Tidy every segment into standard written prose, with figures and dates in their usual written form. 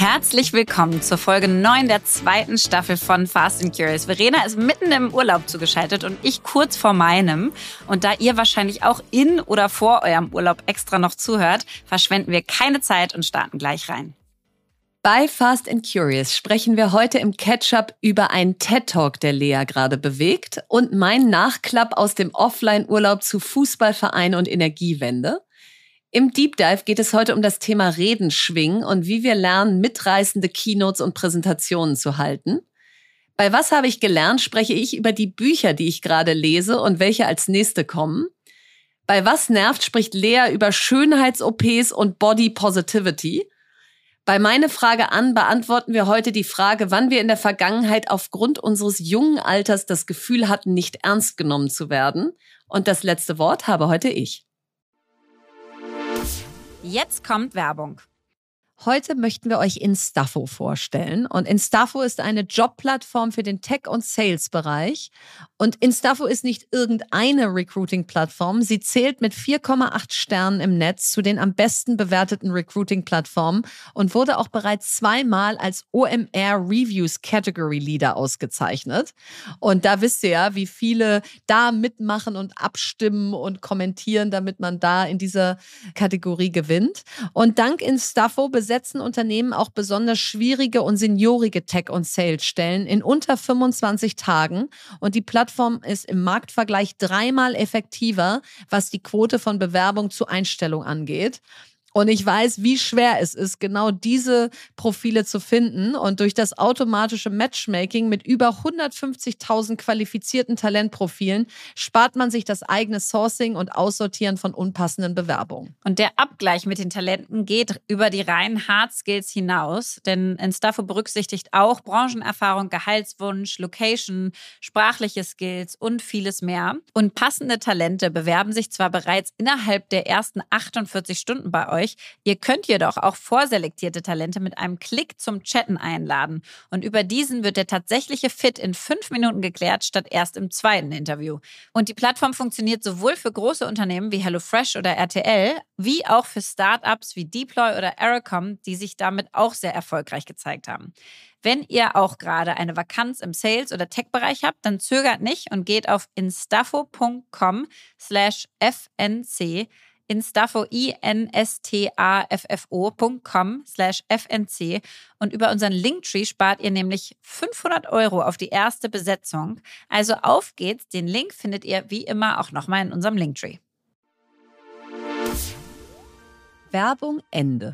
Herzlich willkommen zur Folge 9 der zweiten Staffel von Fast and Curious. Verena ist mitten im Urlaub zugeschaltet und ich kurz vor meinem. Und da ihr wahrscheinlich auch in oder vor eurem Urlaub extra noch zuhört, verschwenden wir keine Zeit und starten gleich rein. Bei Fast and Curious sprechen wir heute im Catch-up über einen TED-Talk, der Lea gerade bewegt, und meinen Nachklapp aus dem Offline-Urlaub zu Fußballverein und Energiewende. Im Deep Dive geht es heute um das Thema Reden schwingen und wie wir lernen, mitreißende Keynotes und Präsentationen zu halten. Bei Was habe ich gelernt spreche ich über die Bücher, die ich gerade lese und welche als nächste kommen. Bei Was nervt spricht Lea über Schönheits-OPs und Body Positivity. Bei Meine Frage an beantworten wir heute die Frage, wann wir in der Vergangenheit aufgrund unseres jungen Alters das Gefühl hatten, nicht ernst genommen zu werden. Und das letzte Wort habe heute ich. Jetzt kommt Werbung. Heute möchten wir euch Instafo vorstellen. Und Instafo ist eine Jobplattform für den Tech- und Sales-Bereich. Und Instafo ist nicht irgendeine Recruiting-Plattform. Sie zählt mit 4,8 Sternen im Netz zu den am besten bewerteten Recruiting-Plattformen und wurde auch bereits 2-mal als OMR Reviews Category Leader ausgezeichnet. Und da wisst ihr ja, wie viele da mitmachen und abstimmen und kommentieren, damit man da in dieser Kategorie gewinnt. Und dank Instafo besetzen Unternehmen auch besonders schwierige und seniorige Tech- und Sales-Stellen in unter 25 Tagen. Und die Plattform ist im Marktvergleich 3-mal effektiver, was die Quote von Bewerbung zu Einstellung angeht. Und ich weiß, wie schwer es ist, genau diese Profile zu finden. Und durch das automatische Matchmaking mit über 150.000 qualifizierten Talentprofilen spart man sich das eigene Sourcing und Aussortieren von unpassenden Bewerbungen. Und der Abgleich mit den Talenten geht über die reinen Hard Skills hinaus, denn Instafo berücksichtigt auch Branchenerfahrung, Gehaltswunsch, Location, sprachliche Skills und vieles mehr. Und passende Talente bewerben sich zwar bereits innerhalb der ersten 48 Stunden bei euch, ihr könnt jedoch auch vorselektierte Talente mit einem Klick zum Chatten einladen. Und über diesen wird der tatsächliche Fit in 5 Minuten geklärt, statt erst im zweiten Interview. Und die Plattform funktioniert sowohl für große Unternehmen wie HelloFresh oder RTL, wie auch für Startups wie Deploy oder Aerocom, die sich damit auch sehr erfolgreich gezeigt haben. Wenn ihr auch gerade eine Vakanz im Sales- oder Tech-Bereich habt, dann zögert nicht und geht auf instafo.com/FNC, Instafo, instaffo.com/FNC, und über unseren Linktree spart ihr nämlich 500 € auf die erste Besetzung. Also auf geht's, den Link findet ihr wie immer auch nochmal in unserem Linktree. Werbung Ende.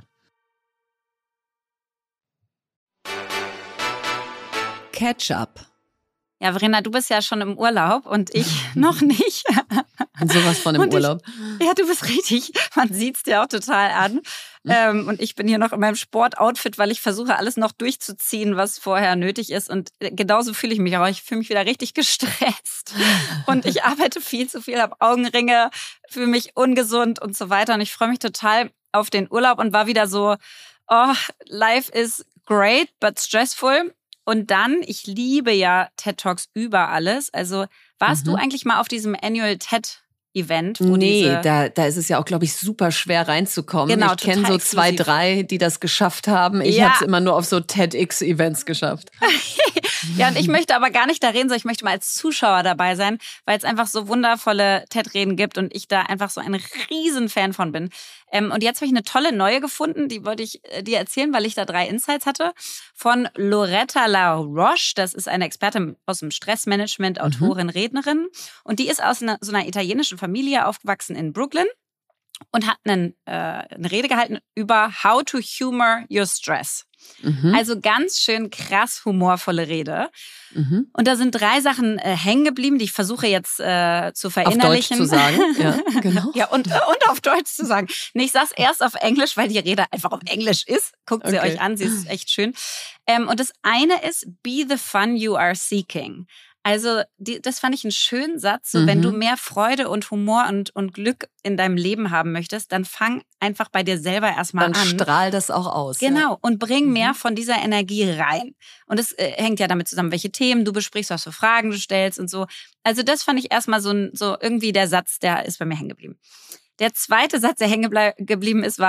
Catch-up. Ja, Verena, du bist ja schon im Urlaub und ich noch nicht. Sowas von im Urlaub. Ja, du bist richtig. Man sieht's dir auch total an. Und ich bin hier noch in meinem Sportoutfit, weil ich versuche, alles noch durchzuziehen, was vorher nötig ist. Und genauso fühle ich mich auch. Ich fühle mich wieder richtig gestresst. Und ich arbeite viel zu viel, habe Augenringe, fühle mich ungesund und so weiter. Und ich freue mich total auf den Urlaub und war wieder so, oh, life is great, but stressful. Und dann, ich liebe ja TED Talks über alles. Also warst du eigentlich mal auf diesem Annual TED-Event? Da ist es ja auch, glaube ich, super schwer reinzukommen. Genau, ich kenne so 2, 3, die das geschafft haben. Ich habe es immer nur auf so TEDx-Events geschafft. Ja, und ich möchte aber gar nicht da reden, sondern ich möchte mal als Zuschauer dabei sein, weil es einfach so wundervolle TED-Reden gibt und ich da einfach so ein Riesenfan von bin. Und jetzt habe ich eine tolle neue gefunden, die wollte ich dir erzählen, weil ich da 3 Insights hatte. Von Loretta LaRoche, das ist eine Expertin aus dem Stressmanagement, Autorin, Rednerin. Und die ist aus so einer italienischen Familie aufgewachsen in Brooklyn und hat eine Rede gehalten über How to Humor Your Stress. Also ganz schön krass humorvolle Rede. Und da sind 3 Sachen hängen geblieben, die ich versuche jetzt zu verinnerlichen. Auf Deutsch zu sagen. Ja, genau. Ja, und auf Deutsch zu sagen. Nee, ich sag's erst auf Englisch, weil die Rede einfach auf Englisch ist. Guckt sie euch an, sie ist echt schön. Und das eine ist, be the fun you are seeking. Also das fand ich einen schönen Satz. So, wenn du mehr Freude und Humor und Glück in deinem Leben haben möchtest, dann fang einfach bei dir selber erstmal an. Dann strahl das auch aus. Genau, ja. Und bring mehr von dieser Energie rein. Und es hängt ja damit zusammen, welche Themen du besprichst, was für Fragen du stellst und so. Also das fand ich erstmal so irgendwie der Satz, der ist bei mir hängen geblieben. Der zweite Satz, der hängen geblieben ist, war: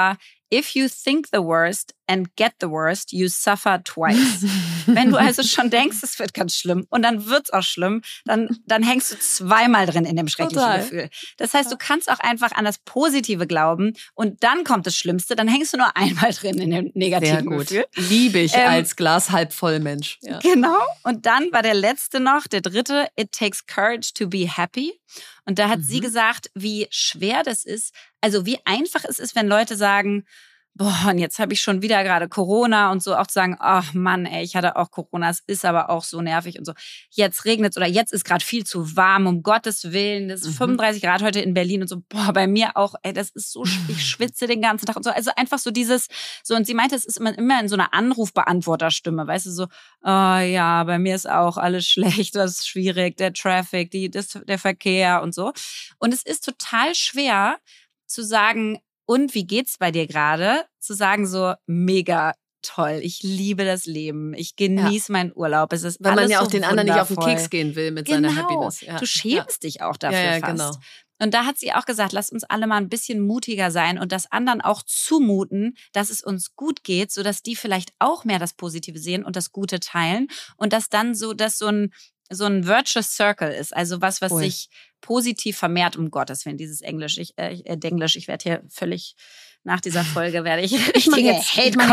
If you think the worst and get the worst, you suffer twice. Wenn du also schon denkst, es wird ganz schlimm und dann wird's auch schlimm, dann hängst du zweimal drin in dem schrecklichen Gefühl. Das heißt, du kannst auch einfach an das Positive glauben und dann kommt das Schlimmste, dann hängst du nur einmal drin in dem negativen Gefühl. Liebe ich als Glas halb voll Mensch. Ja. Genau. Und dann war der letzte noch, der dritte, it takes courage to be happy. Und da hat sie gesagt, wie schwer das ist, also wie einfach es ist, wenn Leute sagen, boah, und jetzt habe ich schon wieder gerade Corona und so, auch zu sagen, ach Mann, ey, ich hatte auch Corona, es ist aber auch so nervig und so. Jetzt regnet es oder jetzt ist gerade viel zu warm, um Gottes Willen, das ist 35 Grad heute in Berlin und so, boah, bei mir auch, ey, das ist so, ich schwitze den ganzen Tag und so. Also einfach so dieses, so, und sie meinte, es ist immer in so einer Anrufbeantworterstimme, weißt du, so, oh ja, bei mir ist auch alles schlecht, das ist schwierig, der Traffic, der Verkehr und so. Und es ist total schwer zu sagen, und wie geht's bei dir gerade? Zu sagen so, mega toll, ich liebe das Leben, ich genieße meinen Urlaub. Es ist weil alles man ja auch so den anderen nicht auf den wundervoll. Keks gehen will mit seiner Happiness. Ja. Du schämst dich auch dafür ja, fast. Genau. Und da hat sie auch gesagt, lasst uns alle mal ein bisschen mutiger sein und das anderen auch zumuten, dass es uns gut geht, sodass die vielleicht auch mehr das Positive sehen und das Gute teilen und dass dann so, dass so ein Virtuous Circle ist, also was sich positiv vermehrt, um Gottes Willen, dieses Englisch. Ich werde hier völlig, nach dieser Folge werde ich mach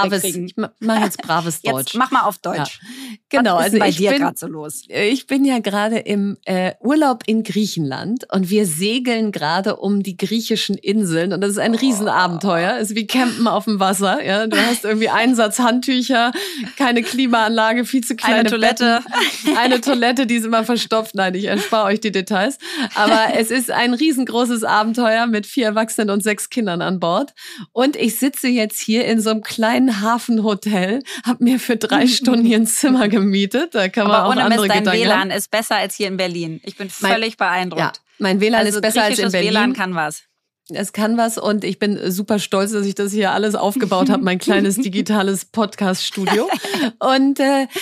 jetzt braves Deutsch. Jetzt mach mal auf Deutsch. Ja. Genau, was ist bei dir gerade so los? Ich bin ja gerade im Urlaub in Griechenland und wir segeln gerade um die griechischen Inseln und das ist ein Riesenabenteuer. Es ist wie Campen auf dem Wasser. Ja, du hast irgendwie einen Satz Handtücher, keine Klimaanlage, viel zu kleine eine Toilette. Betten, eine Toilette, die ist immer verstopft. Nein, ich erspare euch die Details. Aber es ist ein riesengroßes Abenteuer mit 4 Erwachsenen und 6 Kindern an Bord. Und ich sitze jetzt hier in so einem kleinen Hafenhotel, habe mir für 3 Stunden hier ein Zimmer gemietet. Da kann man aber auch ohne andere Mist, dein Gedanken WLAN haben. ist besser als hier in Berlin. Ich bin völlig beeindruckt. Ja, mein WLAN ist besser als in Berlin. WLAN kann was. Es kann was und ich bin super stolz, dass ich das hier alles aufgebaut habe, mein kleines digitales Podcast-Studio. Und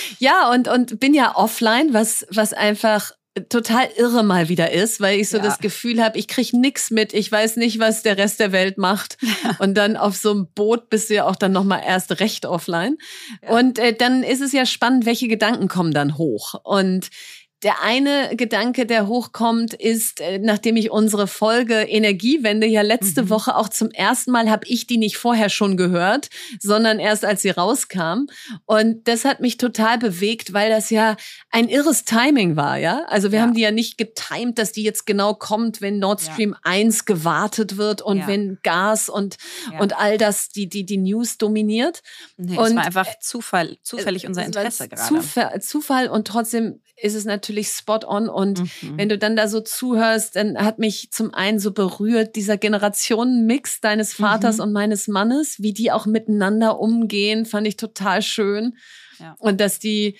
und bin ja offline, was einfach total irre mal wieder ist, weil ich so das Gefühl habe, ich krieg nix mit, ich weiß nicht, was der Rest der Welt macht. Und dann auf so einem Boot bist du ja auch dann nochmal erst recht offline. Ja. Und dann ist es ja spannend, welche Gedanken kommen dann hoch. Und der eine Gedanke, der hochkommt, ist, nachdem ich unsere Folge Energiewende ja letzte Woche auch zum ersten Mal, habe ich die nicht vorher schon gehört, sondern erst als sie rauskam. Und das hat mich total bewegt, weil das ja ein irres Timing war, ja. Also wir haben die ja nicht getimt, dass die jetzt genau kommt, wenn Nord Stream 1 gewartet wird und wenn Gas und all das die News dominiert. Nee, und es war einfach zufällig unser Interesse gerade. Zufall und trotzdem ist es natürlich spot on und wenn du dann da so zuhörst, dann hat mich zum einen so berührt, dieser Generationenmix deines Vaters und meines Mannes, wie die auch miteinander umgehen, fand ich total schön. Ja. Und dass die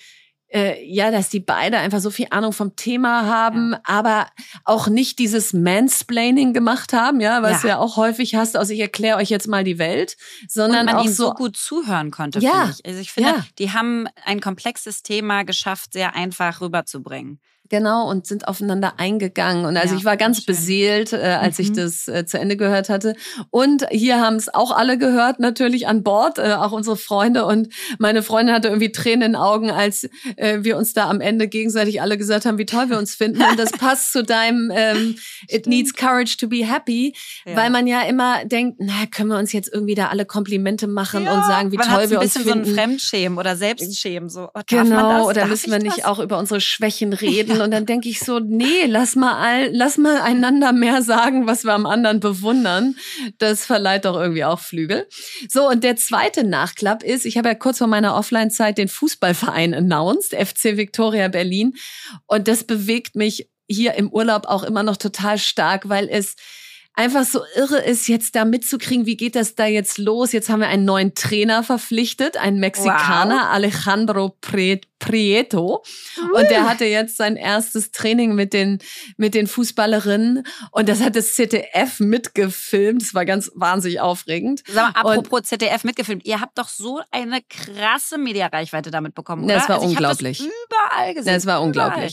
beide einfach so viel Ahnung vom Thema haben, aber auch nicht dieses Mansplaining gemacht haben, was du ja auch häufig hast, also ich erkläre euch jetzt mal die Welt, sondern und man auch ihnen so gut zuhören konnte, finde ich. Also ich finde, die haben ein komplexes Thema geschafft, sehr einfach rüberzubringen. Genau, und sind aufeinander eingegangen. Und also ich war ganz beseelt, als ich das zu Ende gehört hatte. Und hier haben es auch alle gehört, natürlich an Bord, auch unsere Freunde. Und meine Freundin hatte irgendwie Tränen in den Augen, als wir uns da am Ende gegenseitig alle gesagt haben, wie toll wir uns finden. Und das passt zu deinem It needs courage to be happy, weil man ja immer denkt, na, können wir uns jetzt irgendwie da alle Komplimente machen und sagen, wie toll wir uns finden. Man hat ein bisschen so ein Fremdschämen oder Selbstschämen. So, genau, oder müssen wir nicht auch über unsere Schwächen reden? Und dann denke ich so, nee, lass mal einander mehr sagen, was wir am anderen bewundern. Das verleiht doch irgendwie auch Flügel. So, und der zweite Nachklapp ist, ich habe ja kurz vor meiner Offline-Zeit den Fußballverein announced, FC Viktoria Berlin. Und das bewegt mich hier im Urlaub auch immer noch total stark, weil es einfach so irre ist, jetzt da mitzukriegen, wie geht das da jetzt los? Jetzt haben wir einen neuen Trainer verpflichtet, einen Mexikaner, Alejandro Prieto. Und der hatte jetzt sein erstes Training mit den Fußballerinnen. Und das hat das ZDF mitgefilmt. Das war ganz wahnsinnig aufregend. Sag mal, apropos ZDF mitgefilmt. Ihr habt doch so eine krasse Mediareichweite damit bekommen, oder? Das war unglaublich. Ich habe das überall gesehen. Das war unglaublich.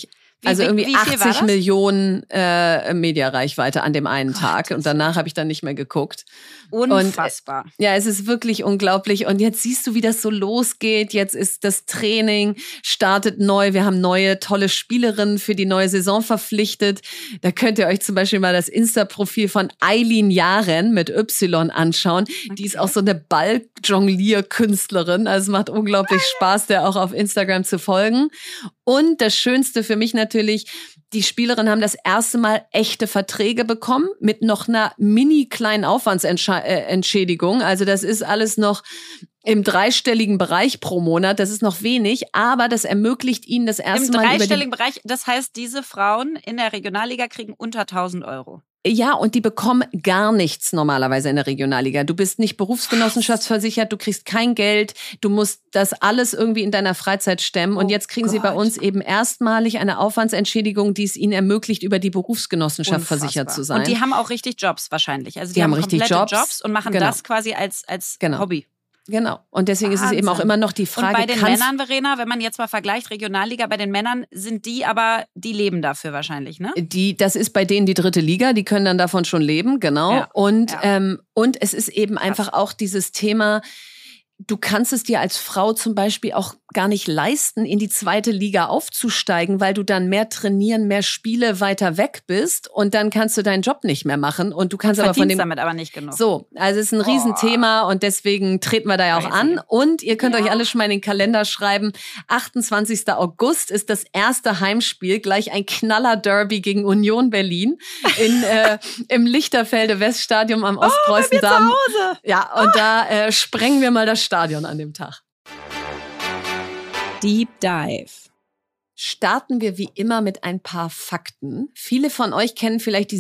Also irgendwie wie viel war 80 das? Millionen Mediareichweite an dem einen Tag. Und danach habe ich dann nicht mehr geguckt. Unfassbar. Und, ja, es ist wirklich unglaublich. Und jetzt siehst du, wie das so losgeht. Jetzt ist das Training, startet neu. Wir haben neue, tolle Spielerinnen für die neue Saison verpflichtet. Da könnt ihr euch zum Beispiel mal das Insta-Profil von Eileen Jaren mit Y anschauen. Okay. Die ist auch so eine Ball-Jonglier-Künstlerin. Also es macht unglaublich Spaß, der auch auf Instagram zu folgen. Und das Schönste für mich natürlich, die Spielerinnen haben das erste Mal echte Verträge bekommen mit noch einer mini kleinen Aufwandsentschädigung. Also das ist alles noch im dreistelligen Bereich pro Monat. Das ist noch wenig, aber das ermöglicht ihnen das erste Mal. Im dreistelligen Bereich, das heißt, diese Frauen in der Regionalliga kriegen unter 1.000 Euro. Ja, und die bekommen gar nichts normalerweise in der Regionalliga. Du bist nicht berufsgenossenschaftsversichert, du kriegst kein Geld, du musst das alles irgendwie in deiner Freizeit stemmen. Und jetzt kriegen sie bei uns eben erstmalig eine Aufwandsentschädigung, die es ihnen ermöglicht, über die Berufsgenossenschaft versichert zu sein. Und die haben auch richtig Jobs wahrscheinlich. Also die haben richtig komplette Jobs und machen das quasi als Hobby. Genau. Und deswegen ist es eben auch immer noch die Frage. Und bei den Männern, Verena, wenn man jetzt mal vergleicht, Regionalliga, bei den Männern sind die aber, die leben dafür wahrscheinlich, ne? Das ist bei denen die 3. Liga, die können dann davon schon leben, genau. Ja, und es ist eben einfach auch dieses Thema, du kannst es dir als Frau zum Beispiel auch gar nicht leisten, in die 2. Liga aufzusteigen, weil du dann mehr trainieren, mehr Spiele weiter weg bist und dann kannst du deinen Job nicht mehr machen und du kannst aber von dem damit aber nicht genug. So, also es ist ein Riesenthema und deswegen treten wir da ja auch an und ihr könnt euch alle schon mal in den Kalender schreiben. 28. August ist das erste Heimspiel, gleich ein Knaller-Derby gegen Union Berlin im Lichterfelde Weststadion am Ostpreußendamm. Ja, und da sprengen wir mal das Stadion an dem Tag. Deep Dive. Starten wir wie immer mit ein paar Fakten. Viele von euch kennen vielleicht die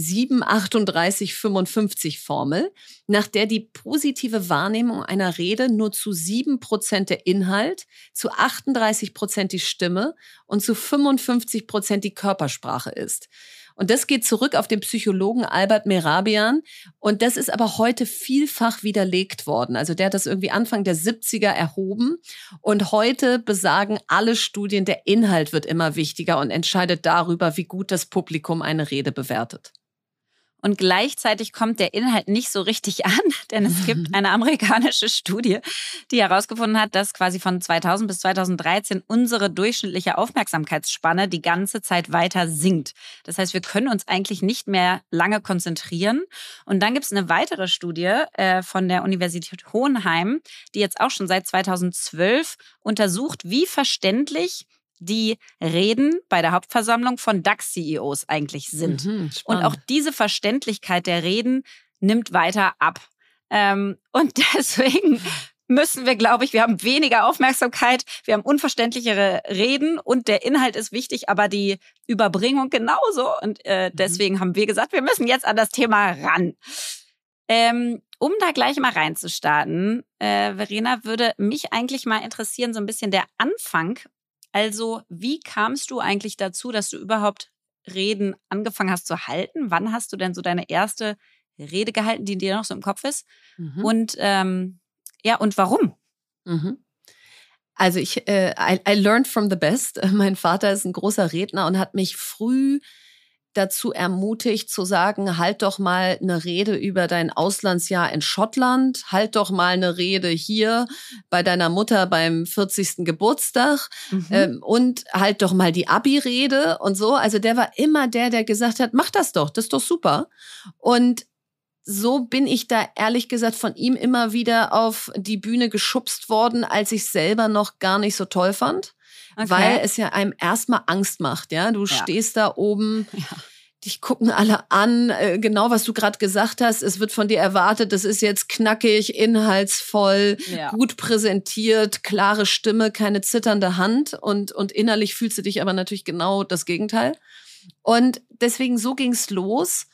7-38-55-Formel, nach der die positive Wahrnehmung einer Rede nur zu 7% der Inhalt, zu 38% die Stimme und zu 55% die Körpersprache ist. Und das geht zurück auf den Psychologen Albert Mehrabian. Und das ist aber heute vielfach widerlegt worden. Also der hat das irgendwie Anfang der 70er erhoben. Und heute besagen alle Studien, der Inhalt wird immer wichtiger und entscheidet darüber, wie gut das Publikum eine Rede bewertet. Und gleichzeitig kommt der Inhalt nicht so richtig an, denn es gibt eine amerikanische Studie, die herausgefunden hat, dass quasi von 2000 bis 2013 unsere durchschnittliche Aufmerksamkeitsspanne die ganze Zeit weiter sinkt. Das heißt, wir können uns eigentlich nicht mehr lange konzentrieren. Und dann gibt es eine weitere Studie von der Universität Hohenheim, die jetzt auch schon seit 2012 untersucht, wie verständlich die Reden bei der Hauptversammlung von DAX-CEOs eigentlich sind. Und auch diese Verständlichkeit der Reden nimmt weiter ab. Und deswegen müssen wir, glaube ich, wir haben weniger Aufmerksamkeit, wir haben unverständlichere Reden und der Inhalt ist wichtig, aber die Überbringung genauso. Und deswegen haben wir gesagt, wir müssen jetzt an das Thema ran. Um da gleich mal reinzustarten, Verena, würde mich eigentlich mal interessieren, so ein bisschen der Anfang. Also, wie kamst du eigentlich dazu, dass du überhaupt Reden angefangen hast zu halten? Wann hast du denn so deine erste Rede gehalten, die dir noch so im Kopf ist? Und und warum? Also I learned from the best. Mein Vater ist ein großer Redner und hat mich früh dazu ermutigt zu sagen, halt doch mal eine Rede über dein Auslandsjahr in Schottland, halt doch mal eine Rede hier bei deiner Mutter beim 40. Geburtstag und halt doch mal die Abi-Rede und so. Also der war immer der gesagt hat, mach das ist doch super. Und so bin ich da ehrlich gesagt von ihm immer wieder auf die Bühne geschubst worden, als ich selber noch gar nicht so toll fand. Okay. Weil es ja einem erstmal Angst macht, ja. Du stehst da oben, dich gucken alle an, genau was du gerade gesagt hast. Es wird von dir erwartet, das ist jetzt knackig, inhaltsvoll, gut präsentiert, klare Stimme, keine zitternde Hand und innerlich fühlst du dich aber natürlich genau das Gegenteil. Und deswegen so ging's los.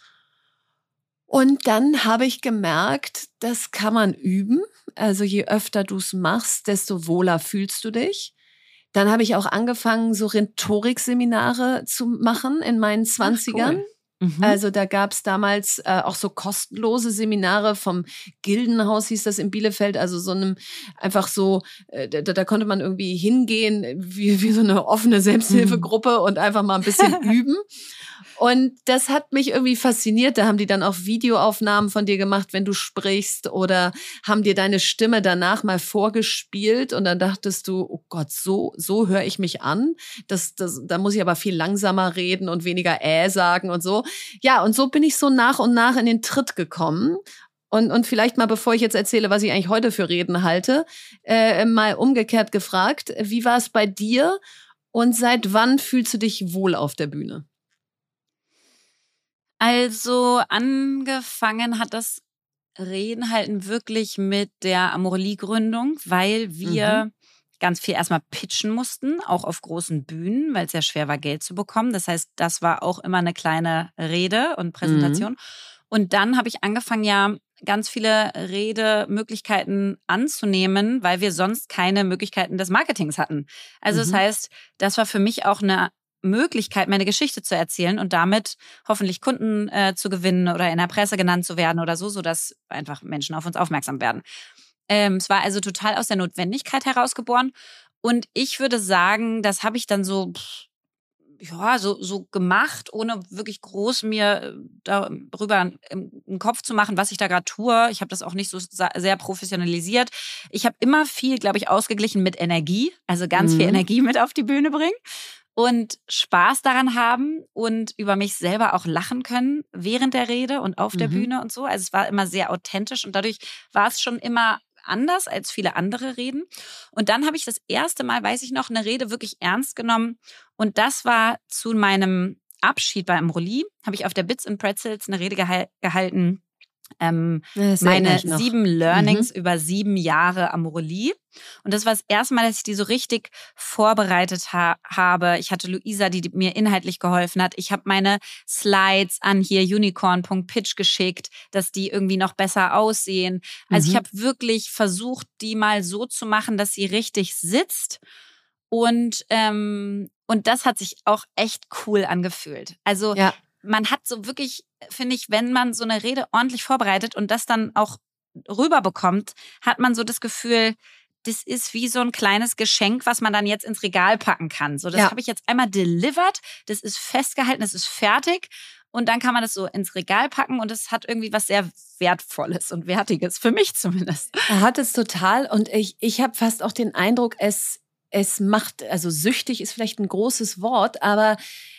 Und dann habe ich gemerkt, das kann man üben. Also je öfter du es machst, desto wohler fühlst du dich. Dann habe ich auch angefangen, so Rhetorikseminare zu machen in meinen 20ern. Also da gab es damals auch so kostenlose Seminare vom Gildenhaus, hieß das in Bielefeld, also so einem einfach so, da konnte man irgendwie hingehen, wie so eine offene Selbsthilfegruppe und einfach mal ein bisschen üben. Und das hat mich irgendwie fasziniert. Da haben die dann auch Videoaufnahmen von dir gemacht, wenn du sprichst, oder haben dir deine Stimme danach mal vorgespielt und dann dachtest du, oh Gott, so höre ich mich an. Da muss ich aber viel langsamer reden und weniger sagen und so. Ja, und so bin ich so nach und nach in den Tritt gekommen. Und vielleicht mal, bevor ich jetzt erzähle, was ich eigentlich heute für Reden halte, mal umgekehrt gefragt, wie war es bei dir und seit wann fühlst du dich wohl auf der Bühne? Also angefangen hat das Reden halten wirklich mit der Amorelie-Gründung, weil wir ganz viel erstmal pitchen mussten, auch auf großen Bühnen, weil es ja schwer war, Geld zu bekommen. Das heißt, das war auch immer eine kleine Rede und Präsentation. Und dann habe ich angefangen, ja, ganz viele Redemöglichkeiten anzunehmen, weil wir sonst keine Möglichkeiten des Marketings hatten. Also das heißt, das war für mich auch eine Möglichkeit, meine Geschichte zu erzählen und damit hoffentlich Kunden zu gewinnen oder in der Presse genannt zu werden oder so, sodass einfach Menschen auf uns aufmerksam werden. Es war also total aus der Notwendigkeit herausgeboren. Und ich würde sagen, das habe ich dann so gemacht, ohne wirklich groß mir darüber einen Kopf zu machen, was ich da gerade tue. Ich habe das auch nicht so sehr professionalisiert. Ich habe immer viel, glaube ich, ausgeglichen mit Energie, also ganz viel Energie mit auf die Bühne bringen. Und Spaß daran haben und über mich selber auch lachen können während der Rede und auf der Bühne und so. Also es war immer sehr authentisch und dadurch war es schon immer anders als viele andere Reden. Und dann habe ich das erste Mal, weiß ich noch, eine Rede wirklich ernst genommen. Und das war zu meinem Abschied bei Amorelie. Habe ich auf der Bits and Pretzels eine Rede gehalten. Meine 7 Learnings über 7 Jahre Amorelie. Und das war das erste Mal, dass ich die so richtig vorbereitet habe. Ich hatte Luisa, die mir inhaltlich geholfen hat. Ich habe meine Slides an hier unicorn.pitch geschickt, dass die irgendwie noch besser aussehen. Also ich habe wirklich versucht, die mal so zu machen, dass sie richtig sitzt. Und das hat sich auch echt cool angefühlt. Also man hat so wirklich, finde ich, wenn man so eine Rede ordentlich vorbereitet und das dann auch rüberbekommt, hat man so das Gefühl, das ist wie so ein kleines Geschenk, was man dann jetzt ins Regal packen kann. So, das habe ich jetzt einmal delivered, das ist festgehalten, das ist fertig und dann kann man das so ins Regal packen und es hat irgendwie was sehr Wertvolles und Wertiges, für mich zumindest. Er hat es total und ich habe fast auch den Eindruck, es macht, also süchtig ist vielleicht ein großes Wort, aber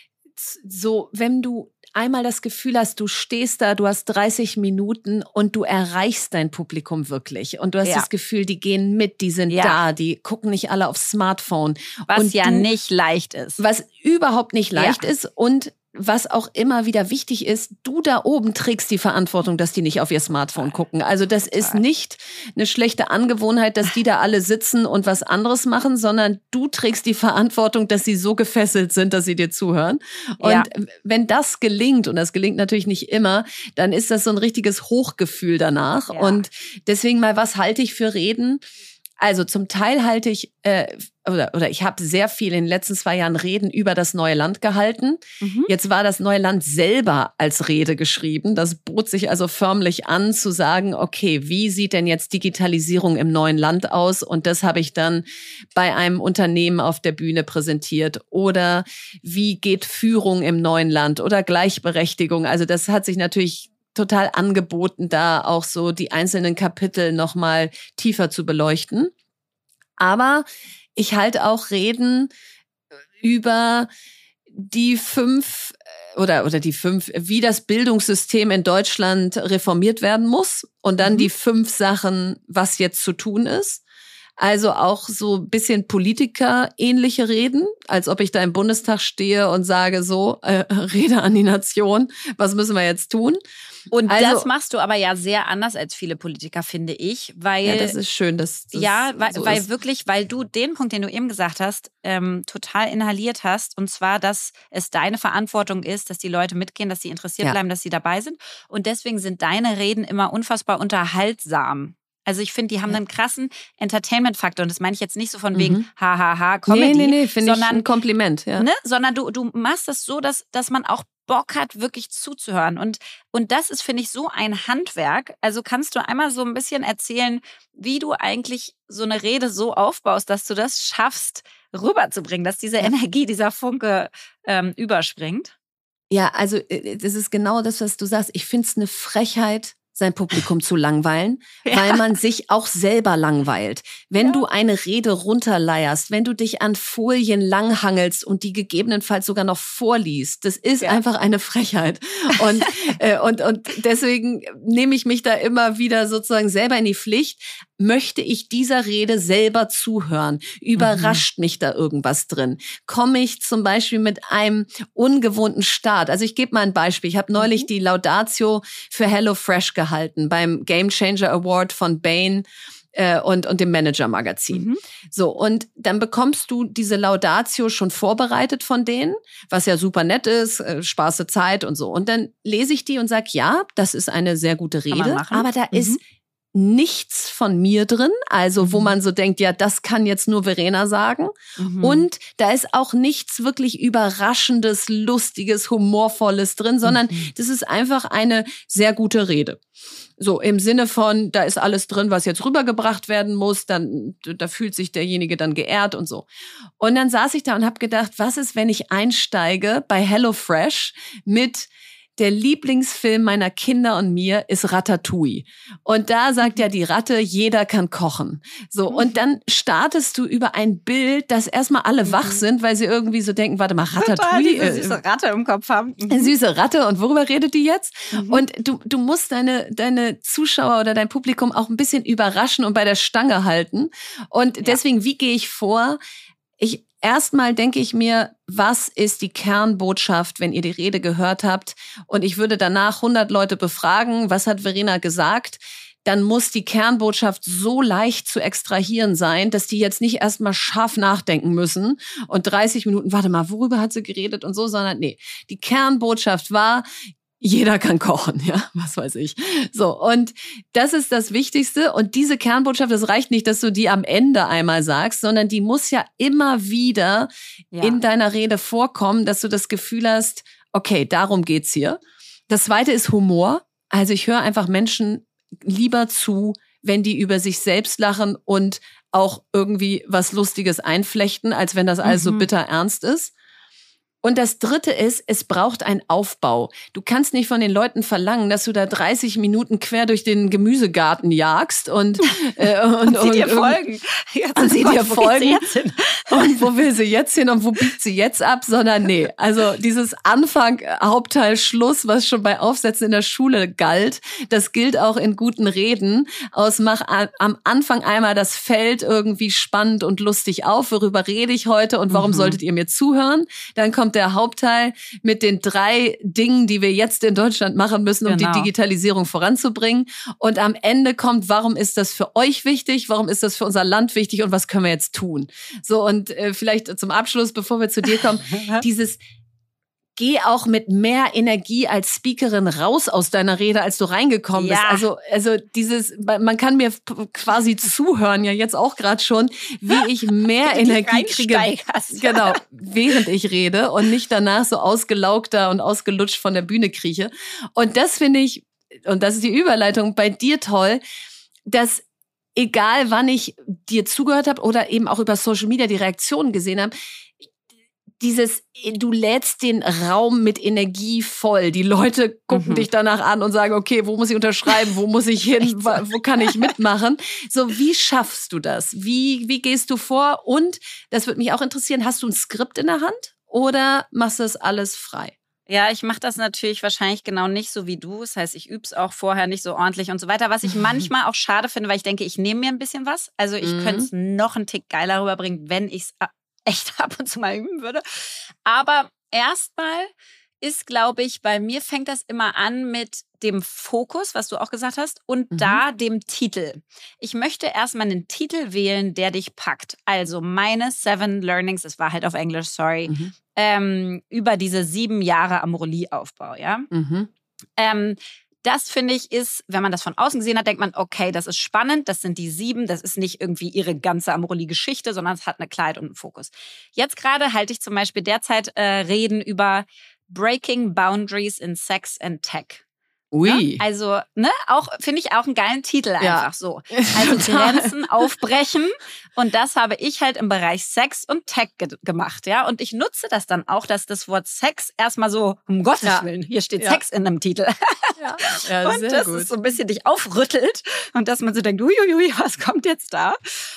so, wenn du einmal das Gefühl hast, du stehst da, du hast 30 Minuten und du erreichst dein Publikum wirklich. Und du hast das Gefühl, die gehen mit, die sind da, die gucken nicht alle aufs Smartphone. Was und nicht leicht ist. Was überhaupt nicht leicht ist und was auch immer wieder wichtig ist, du da oben trägst die Verantwortung, dass die nicht auf ihr Smartphone gucken. Also das ist nicht eine schlechte Angewohnheit, dass die da alle sitzen und was anderes machen, sondern du trägst die Verantwortung, dass sie so gefesselt sind, dass sie dir zuhören. Und wenn das gelingt, und das gelingt natürlich nicht immer, dann ist das so ein richtiges Hochgefühl danach. Ja. Und deswegen mal, was halte ich für Reden? Also zum Teil halte ich, oder ich habe sehr viel in den letzten 2 Jahren Reden über das neue Land gehalten. Jetzt war das neue Land selber als Rede geschrieben. Das bot sich also förmlich an, zu sagen, okay, wie sieht denn jetzt Digitalisierung im neuen Land aus? Und das habe ich dann bei einem Unternehmen auf der Bühne präsentiert. Oder wie geht Führung im neuen Land oder Gleichberechtigung? Also das hat sich natürlich total angeboten, da auch so die einzelnen Kapitel nochmal tiefer zu beleuchten. Aber ich halte auch Reden über die 5, wie das Bildungssystem in Deutschland reformiert werden muss und dann die 5 Sachen, was jetzt zu tun ist. Also auch so ein bisschen Politiker-ähnliche Reden, als ob ich da im Bundestag stehe und sage so, Rede an die Nation, was müssen wir jetzt tun? Und also, das machst du aber ja sehr anders als viele Politiker, finde ich. Weil, ja, das ist schön, dass das weil wirklich, weil du den Punkt, den du eben gesagt hast, total inhaliert hast. Und zwar, dass es deine Verantwortung ist, dass die Leute mitgehen, dass sie interessiert bleiben, dass sie dabei sind. Und deswegen sind deine Reden immer unfassbar unterhaltsam. Also ich finde, die haben einen krassen Entertainment-Faktor. Und das meine ich jetzt nicht so von wegen Comedy. Nee, finde ich ein Kompliment. Ja. Ne? Sondern du machst das so, dass man auch Bock hat, wirklich zuzuhören. Und das ist, finde ich, so ein Handwerk. Also kannst du einmal so ein bisschen erzählen, wie du eigentlich so eine Rede so aufbaust, dass du das schaffst, rüberzubringen, dass diese Energie, dieser Funke überspringt? Ja, also das ist genau das, was du sagst. Ich finde es eine Frechheit, sein Publikum zu langweilen, weil man sich auch selber langweilt. Wenn du eine Rede runterleierst, wenn du dich an Folien langhangelst und die gegebenenfalls sogar noch vorliest, das ist einfach eine Frechheit. Und deswegen nehme ich mich da immer wieder sozusagen selber in die Pflicht. Möchte ich dieser Rede selber zuhören? Überrascht mich da irgendwas drin? Komme ich zum Beispiel mit einem ungewohnten Start? Also ich gebe mal ein Beispiel. Ich habe neulich die Laudatio für HelloFresh gehalten beim Game Changer Award von Bain und dem Manager-Magazin. So, und dann bekommst du diese Laudatio schon vorbereitet von denen, was ja super nett ist, sparste Zeit und so. Und dann lese ich die und sage, ja, das ist eine sehr gute Rede, aber da ist nichts von mir drin, also wo man so denkt, ja, das kann jetzt nur Verena sagen. Und da ist auch nichts wirklich Überraschendes, Lustiges, Humorvolles drin, sondern das ist einfach eine sehr gute Rede. So im Sinne von, da ist alles drin, was jetzt rübergebracht werden muss, dann da fühlt sich derjenige dann geehrt und so. Und dann saß ich da und habe gedacht, was ist, wenn ich einsteige bei HelloFresh mit der Lieblingsfilm meiner Kinder und mir ist Ratatouille. Und da sagt ja die Ratte, jeder kann kochen. So, und dann startest du über ein Bild, dass erstmal alle wach sind, weil sie irgendwie so denken, warte mal, Ratatouille. Eine süße Ratte im Kopf haben. Eine süße Ratte, und worüber redet die jetzt? Und du musst deine Zuschauer oder dein Publikum auch ein bisschen überraschen und bei der Stange halten. Und deswegen, wie gehe ich vor? Erstmal denke ich mir, was ist die Kernbotschaft, wenn ihr die Rede gehört habt? Und ich würde danach 100 Leute befragen, was hat Verena gesagt? Dann muss die Kernbotschaft so leicht zu extrahieren sein, dass die jetzt nicht erstmal scharf nachdenken müssen und 30 Minuten, warte mal, worüber hat sie geredet und so, sondern nee, die Kernbotschaft war, jeder kann kochen, ja, was weiß ich. So, und das ist das Wichtigste. Und diese Kernbotschaft, das reicht nicht, dass du die am Ende einmal sagst, sondern die muss ja immer wieder in deiner Rede vorkommen, dass du das Gefühl hast, okay, darum geht's hier. Das Zweite ist Humor. Also ich höre einfach Menschen lieber zu, wenn die über sich selbst lachen und auch irgendwie was Lustiges einflechten, als wenn das alles so bitter ernst ist. Und das Dritte ist, es braucht einen Aufbau. Du kannst nicht von den Leuten verlangen, dass du da 30 Minuten quer durch den Gemüsegarten jagst und sie dir folgen. Und sie dir folgen. Und wo will sie jetzt hin und wo biegt sie jetzt ab? Sondern nee, also dieses Anfang, Hauptteil, Schluss, was schon bei Aufsätzen in der Schule galt, das gilt auch in guten Reden. Mach am Anfang einmal das Feld irgendwie spannend und lustig auf. Worüber rede ich heute und warum solltet ihr mir zuhören? Dann kommt der Hauptteil mit den 3 Dingen, die wir jetzt in Deutschland machen müssen, um die Digitalisierung voranzubringen. Und am Ende kommt, warum ist das für euch wichtig? Warum ist das für unser Land wichtig? Und was können wir jetzt tun? So, und vielleicht zum Abschluss, bevor wir zu dir kommen, geh auch mit mehr Energie als Speakerin raus aus deiner Rede, als du reingekommen bist. Also man kann mir quasi zuhören, ja jetzt auch gerade schon, wie ich mehr Energie kriege, genau, während ich rede und nicht danach so ausgelaugter und ausgelutscht von der Bühne krieche. Und das finde ich, und das ist die Überleitung, bei dir toll, dass egal wann ich dir zugehört habe oder eben auch über Social Media die Reaktionen gesehen habe, du lädst den Raum mit Energie voll. Die Leute gucken dich danach an und sagen, okay, wo muss ich unterschreiben? Wo muss ich hin? Wo kann ich mitmachen? So, wie schaffst du das? Wie gehst du vor? Und, das würde mich auch interessieren, hast du ein Skript in der Hand oder machst du das alles frei? Ja, ich mache das natürlich wahrscheinlich genau nicht so wie du. Das heißt, ich übe es auch vorher nicht so ordentlich und so weiter. Was ich manchmal auch schade finde, weil ich denke, ich nehme mir ein bisschen was. Also ich könnte es noch einen Tick geiler rüberbringen, wenn ich es echt ab und zu mal üben würde. Aber erstmal ist, glaube ich, bei mir fängt das immer an mit dem Fokus, was du auch gesagt hast, und da dem Titel. Ich möchte erstmal einen Titel wählen, der dich packt. Also meine 7 Learnings, es war halt auf Englisch, sorry, über diese 7 Jahre Amorelie-Aufbau, ja. Das, finde ich, ist, wenn man das von außen gesehen hat, denkt man, okay, das ist spannend, das sind die 7, das ist nicht irgendwie ihre ganze Amorelie-Geschichte, sondern es hat eine Klarheit und einen Fokus. Jetzt gerade halte ich zum Beispiel derzeit Reden über Breaking Boundaries in Sex and Tech. Ui. Ja? Also, auch finde ich auch einen geilen Titel einfach so. Also Grenzen aufbrechen. Und das habe ich halt im Bereich Sex und Tech gemacht, ja. Und ich nutze das dann auch, dass das Wort Sex erstmal so, um Gottes Willen, hier steht Sex in einem Titel. Ja, und sehr das gut. ist so ein bisschen dich aufrüttelt und dass man so denkt, uiuiui, was kommt jetzt da?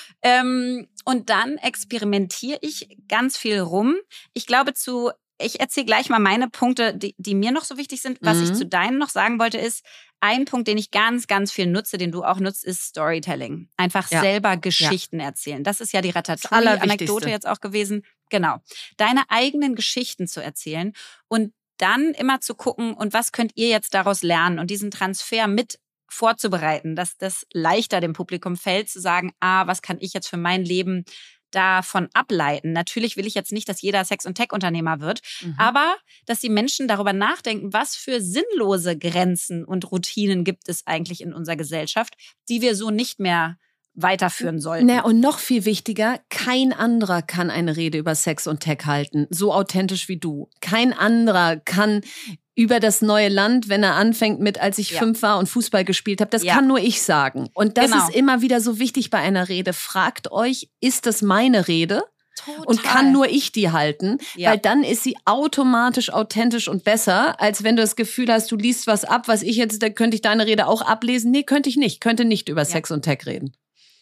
Und dann experimentiere ich ganz viel rum. Ich glaube ich erzähle gleich mal meine Punkte, die mir noch so wichtig sind. Was ich zu deinen noch sagen wollte, ist, ein Punkt, den ich ganz, ganz viel nutze, den du auch nutzt, ist Storytelling. Einfach selber Geschichten erzählen. Das ist ja die Ratatouille-Anekdote jetzt auch gewesen. Genau. Deine eigenen Geschichten zu erzählen und dann immer zu gucken, und was könnt ihr jetzt daraus lernen und diesen Transfer mit vorzubereiten, dass das leichter dem Publikum fällt, zu sagen, was kann ich jetzt für mein Leben davon ableiten. Natürlich will ich jetzt nicht, dass jeder Sex- und Tech-Unternehmer wird, aber dass die Menschen darüber nachdenken, was für sinnlose Grenzen und Routinen gibt es eigentlich in unserer Gesellschaft, die wir so nicht mehr weiterführen sollten. Und noch viel wichtiger, kein anderer kann eine Rede über Sex und Tech halten, so authentisch wie du. Kein anderer kann über das neue Land, wenn er anfängt mit, als ich 5 war und Fußball gespielt habe. Das kann nur ich sagen. Und das ist immer wieder so wichtig bei einer Rede. Fragt euch, ist das meine Rede? Total. Und kann nur ich die halten? Weil dann ist sie automatisch authentisch und besser, als wenn du das Gefühl hast, du liest was ab, was ich jetzt, da könnte ich deine Rede auch ablesen. Nee, könnte ich nicht. Könnte nicht über Sex und Tech reden.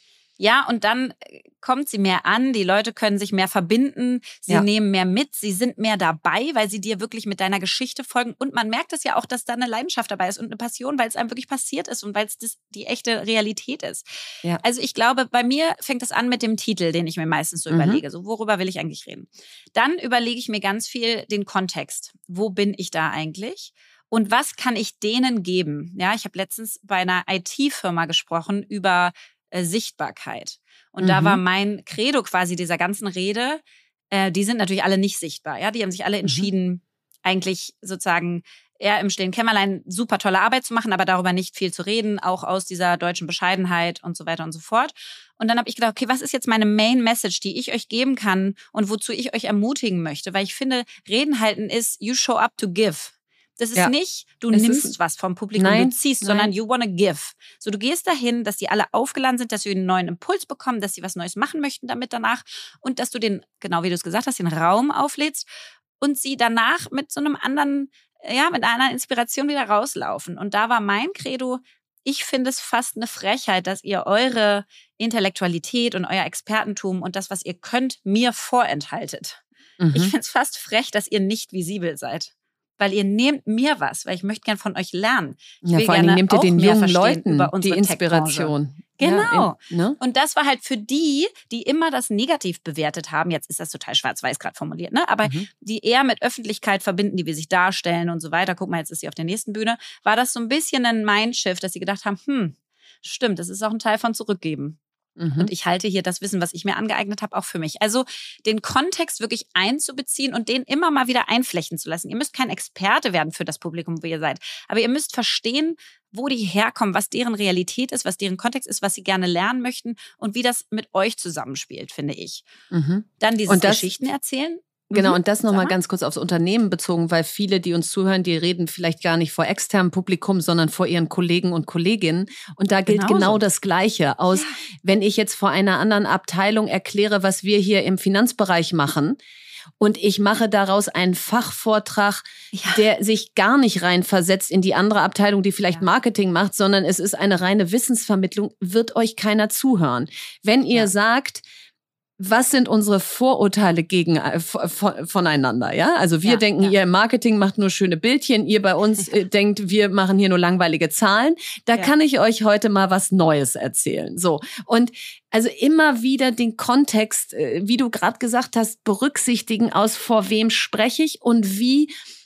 Ja, und dann kommt sie mehr an, die Leute können sich mehr verbinden, sie nehmen mehr mit, sie sind mehr dabei, weil sie dir wirklich mit deiner Geschichte folgen. Und man merkt es ja auch, dass da eine Leidenschaft dabei ist und eine Passion, weil es einem wirklich passiert ist und weil es die echte Realität ist. Ja. Also ich glaube, bei mir fängt es an mit dem Titel, den ich mir meistens so überlege. So, worüber will ich eigentlich reden? Dann überlege ich mir ganz viel den Kontext. Wo bin ich da eigentlich? Und was kann ich denen geben? Ja, ich habe letztens bei einer IT-Firma gesprochen über Sichtbarkeit. Und da war mein Credo quasi dieser ganzen Rede, die sind natürlich alle nicht sichtbar. Ja, die haben sich alle entschieden, eigentlich sozusagen eher im stillen Kämmerlein super tolle Arbeit zu machen, aber darüber nicht viel zu reden, auch aus dieser deutschen Bescheidenheit und so weiter und so fort. Und dann habe ich gedacht, okay, was ist jetzt meine Main Message, die ich euch geben kann und wozu ich euch ermutigen möchte? Weil ich finde, Reden halten ist, you show up to give. Das ist nicht, du nimmst was vom Publikum, du ziehst, sondern you wanna give. So, du gehst dahin, dass die alle aufgeladen sind, dass sie einen neuen Impuls bekommen, dass sie was Neues machen möchten damit danach und dass du genau wie du es gesagt hast, den Raum auflädst und sie danach mit so einem anderen, mit einer anderen Inspiration wieder rauslaufen. Und da war mein Credo, ich finde es fast eine Frechheit, dass ihr eure Intellektualität und euer Expertentum und das, was ihr könnt, mir vorenthaltet. Ich finde es fast frech, dass ihr nicht visibel seid. Weil ihr nehmt mir was, weil ich möchte gern von euch lernen. Vor allem nehmt ihr den jungen Leuten die Inspiration. Genau. Und das war halt für die immer das negativ bewertet haben. Jetzt ist das total schwarz-weiß gerade formuliert, ne? Aber die eher mit Öffentlichkeit verbinden, die wir sich darstellen und so weiter. Guck mal, jetzt ist sie auf der nächsten Bühne. War das so ein bisschen ein Mindshift, dass sie gedacht haben, stimmt, das ist auch ein Teil von Zurückgeben. Und ich halte hier das Wissen, was ich mir angeeignet habe, auch für mich. Also den Kontext wirklich einzubeziehen und den immer mal wieder einflechten zu lassen. Ihr müsst kein Experte werden für das Publikum, wo ihr seid. Aber ihr müsst verstehen, wo die herkommen, was deren Realität ist, was deren Kontext ist, was sie gerne lernen möchten und wie das mit euch zusammenspielt, finde ich. Dann dieses Geschichten erzählen. Genau, und das nochmal ganz kurz aufs Unternehmen bezogen, weil viele, die uns zuhören, die reden vielleicht gar nicht vor externem Publikum, sondern vor ihren Kollegen und Kolleginnen. Und da gilt genau das Gleiche aus. Wenn ich jetzt vor einer anderen Abteilung erkläre, was wir hier im Finanzbereich machen, und ich mache daraus einen Fachvortrag, der sich gar nicht reinversetzt in die andere Abteilung, die vielleicht Marketing macht, sondern es ist eine reine Wissensvermittlung, wird euch keiner zuhören. Wenn ihr sagt, was sind unsere Vorurteile voneinander, ja? Also wir denken, ihr im Marketing macht nur schöne Bildchen, ihr bei uns denkt, wir machen hier nur langweilige Zahlen. Da kann ich euch heute mal was Neues erzählen. So. Und also immer wieder den Kontext, wie du gerade gesagt hast, berücksichtigen, aus vor wem spreche ich und wie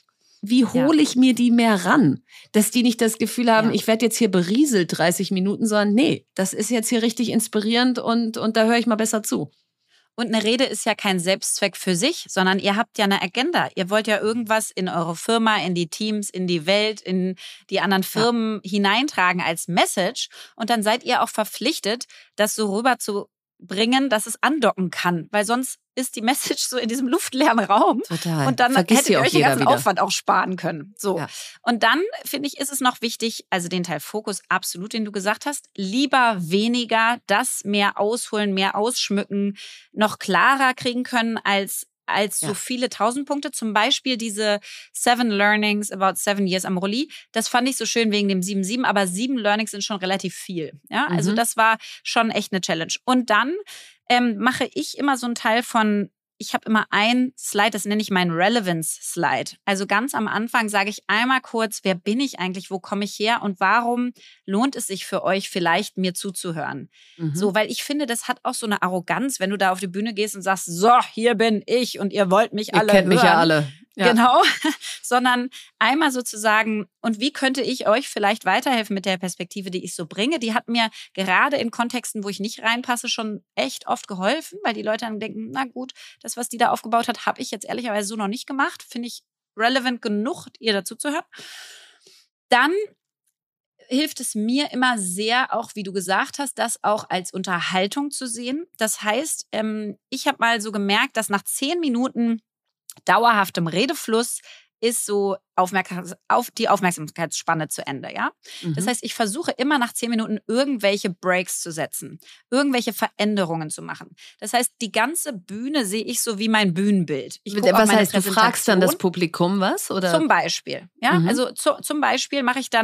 hole ich mir die mehr ran? Dass die nicht das Gefühl haben, ich werde jetzt hier berieselt 30 Minuten, sondern nee, das ist jetzt hier richtig inspirierend und da höre ich mal besser zu. Und eine Rede ist ja kein Selbstzweck für sich, sondern ihr habt ja eine Agenda. Ihr wollt ja irgendwas in eure Firma, in die Teams, in die Welt, in die anderen Firmen hineintragen als Message. Und dann seid ihr auch verpflichtet, das so rüber zu bringen, dass es andocken kann, weil sonst ist die Message so in diesem luftleeren Raum. Total. Und dann Vergisst hättet ihr euch den ganzen wieder. Aufwand auch sparen können. So. Ja. Und dann, finde ich, ist es noch wichtig, also den Teil Fokus absolut, den du gesagt hast, lieber weniger, das mehr ausholen, mehr ausschmücken, noch klarer kriegen können als so viele 1000 Punkte. Zum Beispiel diese 7 Learnings about 7 years Amorelie. Das fand ich so schön wegen dem 7-7, aber 7 Learnings sind schon relativ viel. Ja, also das war schon echt eine Challenge. Und dann mache ich immer so einen Teil von, ich habe immer ein Slide, das nenne ich mein Relevance-Slide. Also ganz am Anfang sage ich einmal kurz, wer bin ich eigentlich, wo komme ich her und warum lohnt es sich für euch vielleicht, mir zuzuhören. So, weil ich finde, das hat auch so eine Arroganz, wenn du da auf die Bühne gehst und sagst, so, hier bin ich und ihr wollt mich alle hören. Ihr kennt mich ja alle. Ja. Genau, sondern einmal sozusagen, und wie könnte ich euch vielleicht weiterhelfen mit der Perspektive, die ich so bringe? Die hat mir gerade in Kontexten, wo ich nicht reinpasse, schon echt oft geholfen, weil die Leute dann denken, na gut, das, was die da aufgebaut hat, habe ich jetzt ehrlicherweise so noch nicht gemacht. Finde ich relevant genug, ihr dazu zu hören. Dann hilft es mir immer sehr, auch wie du gesagt hast, das auch als Unterhaltung zu sehen. Das heißt, ich habe mal so gemerkt, dass nach 10 Minuten dauerhaftem Redefluss ist so die Aufmerksamkeitsspanne zu Ende, ja? Das heißt, ich versuche immer nach 10 Minuten irgendwelche Breaks zu setzen, irgendwelche Veränderungen zu machen. Das heißt, die ganze Bühne sehe ich so wie mein Bühnenbild. Was heißt, du fragst dann das Publikum was? Oder? Zum Beispiel, ja? Also zum Beispiel habe ich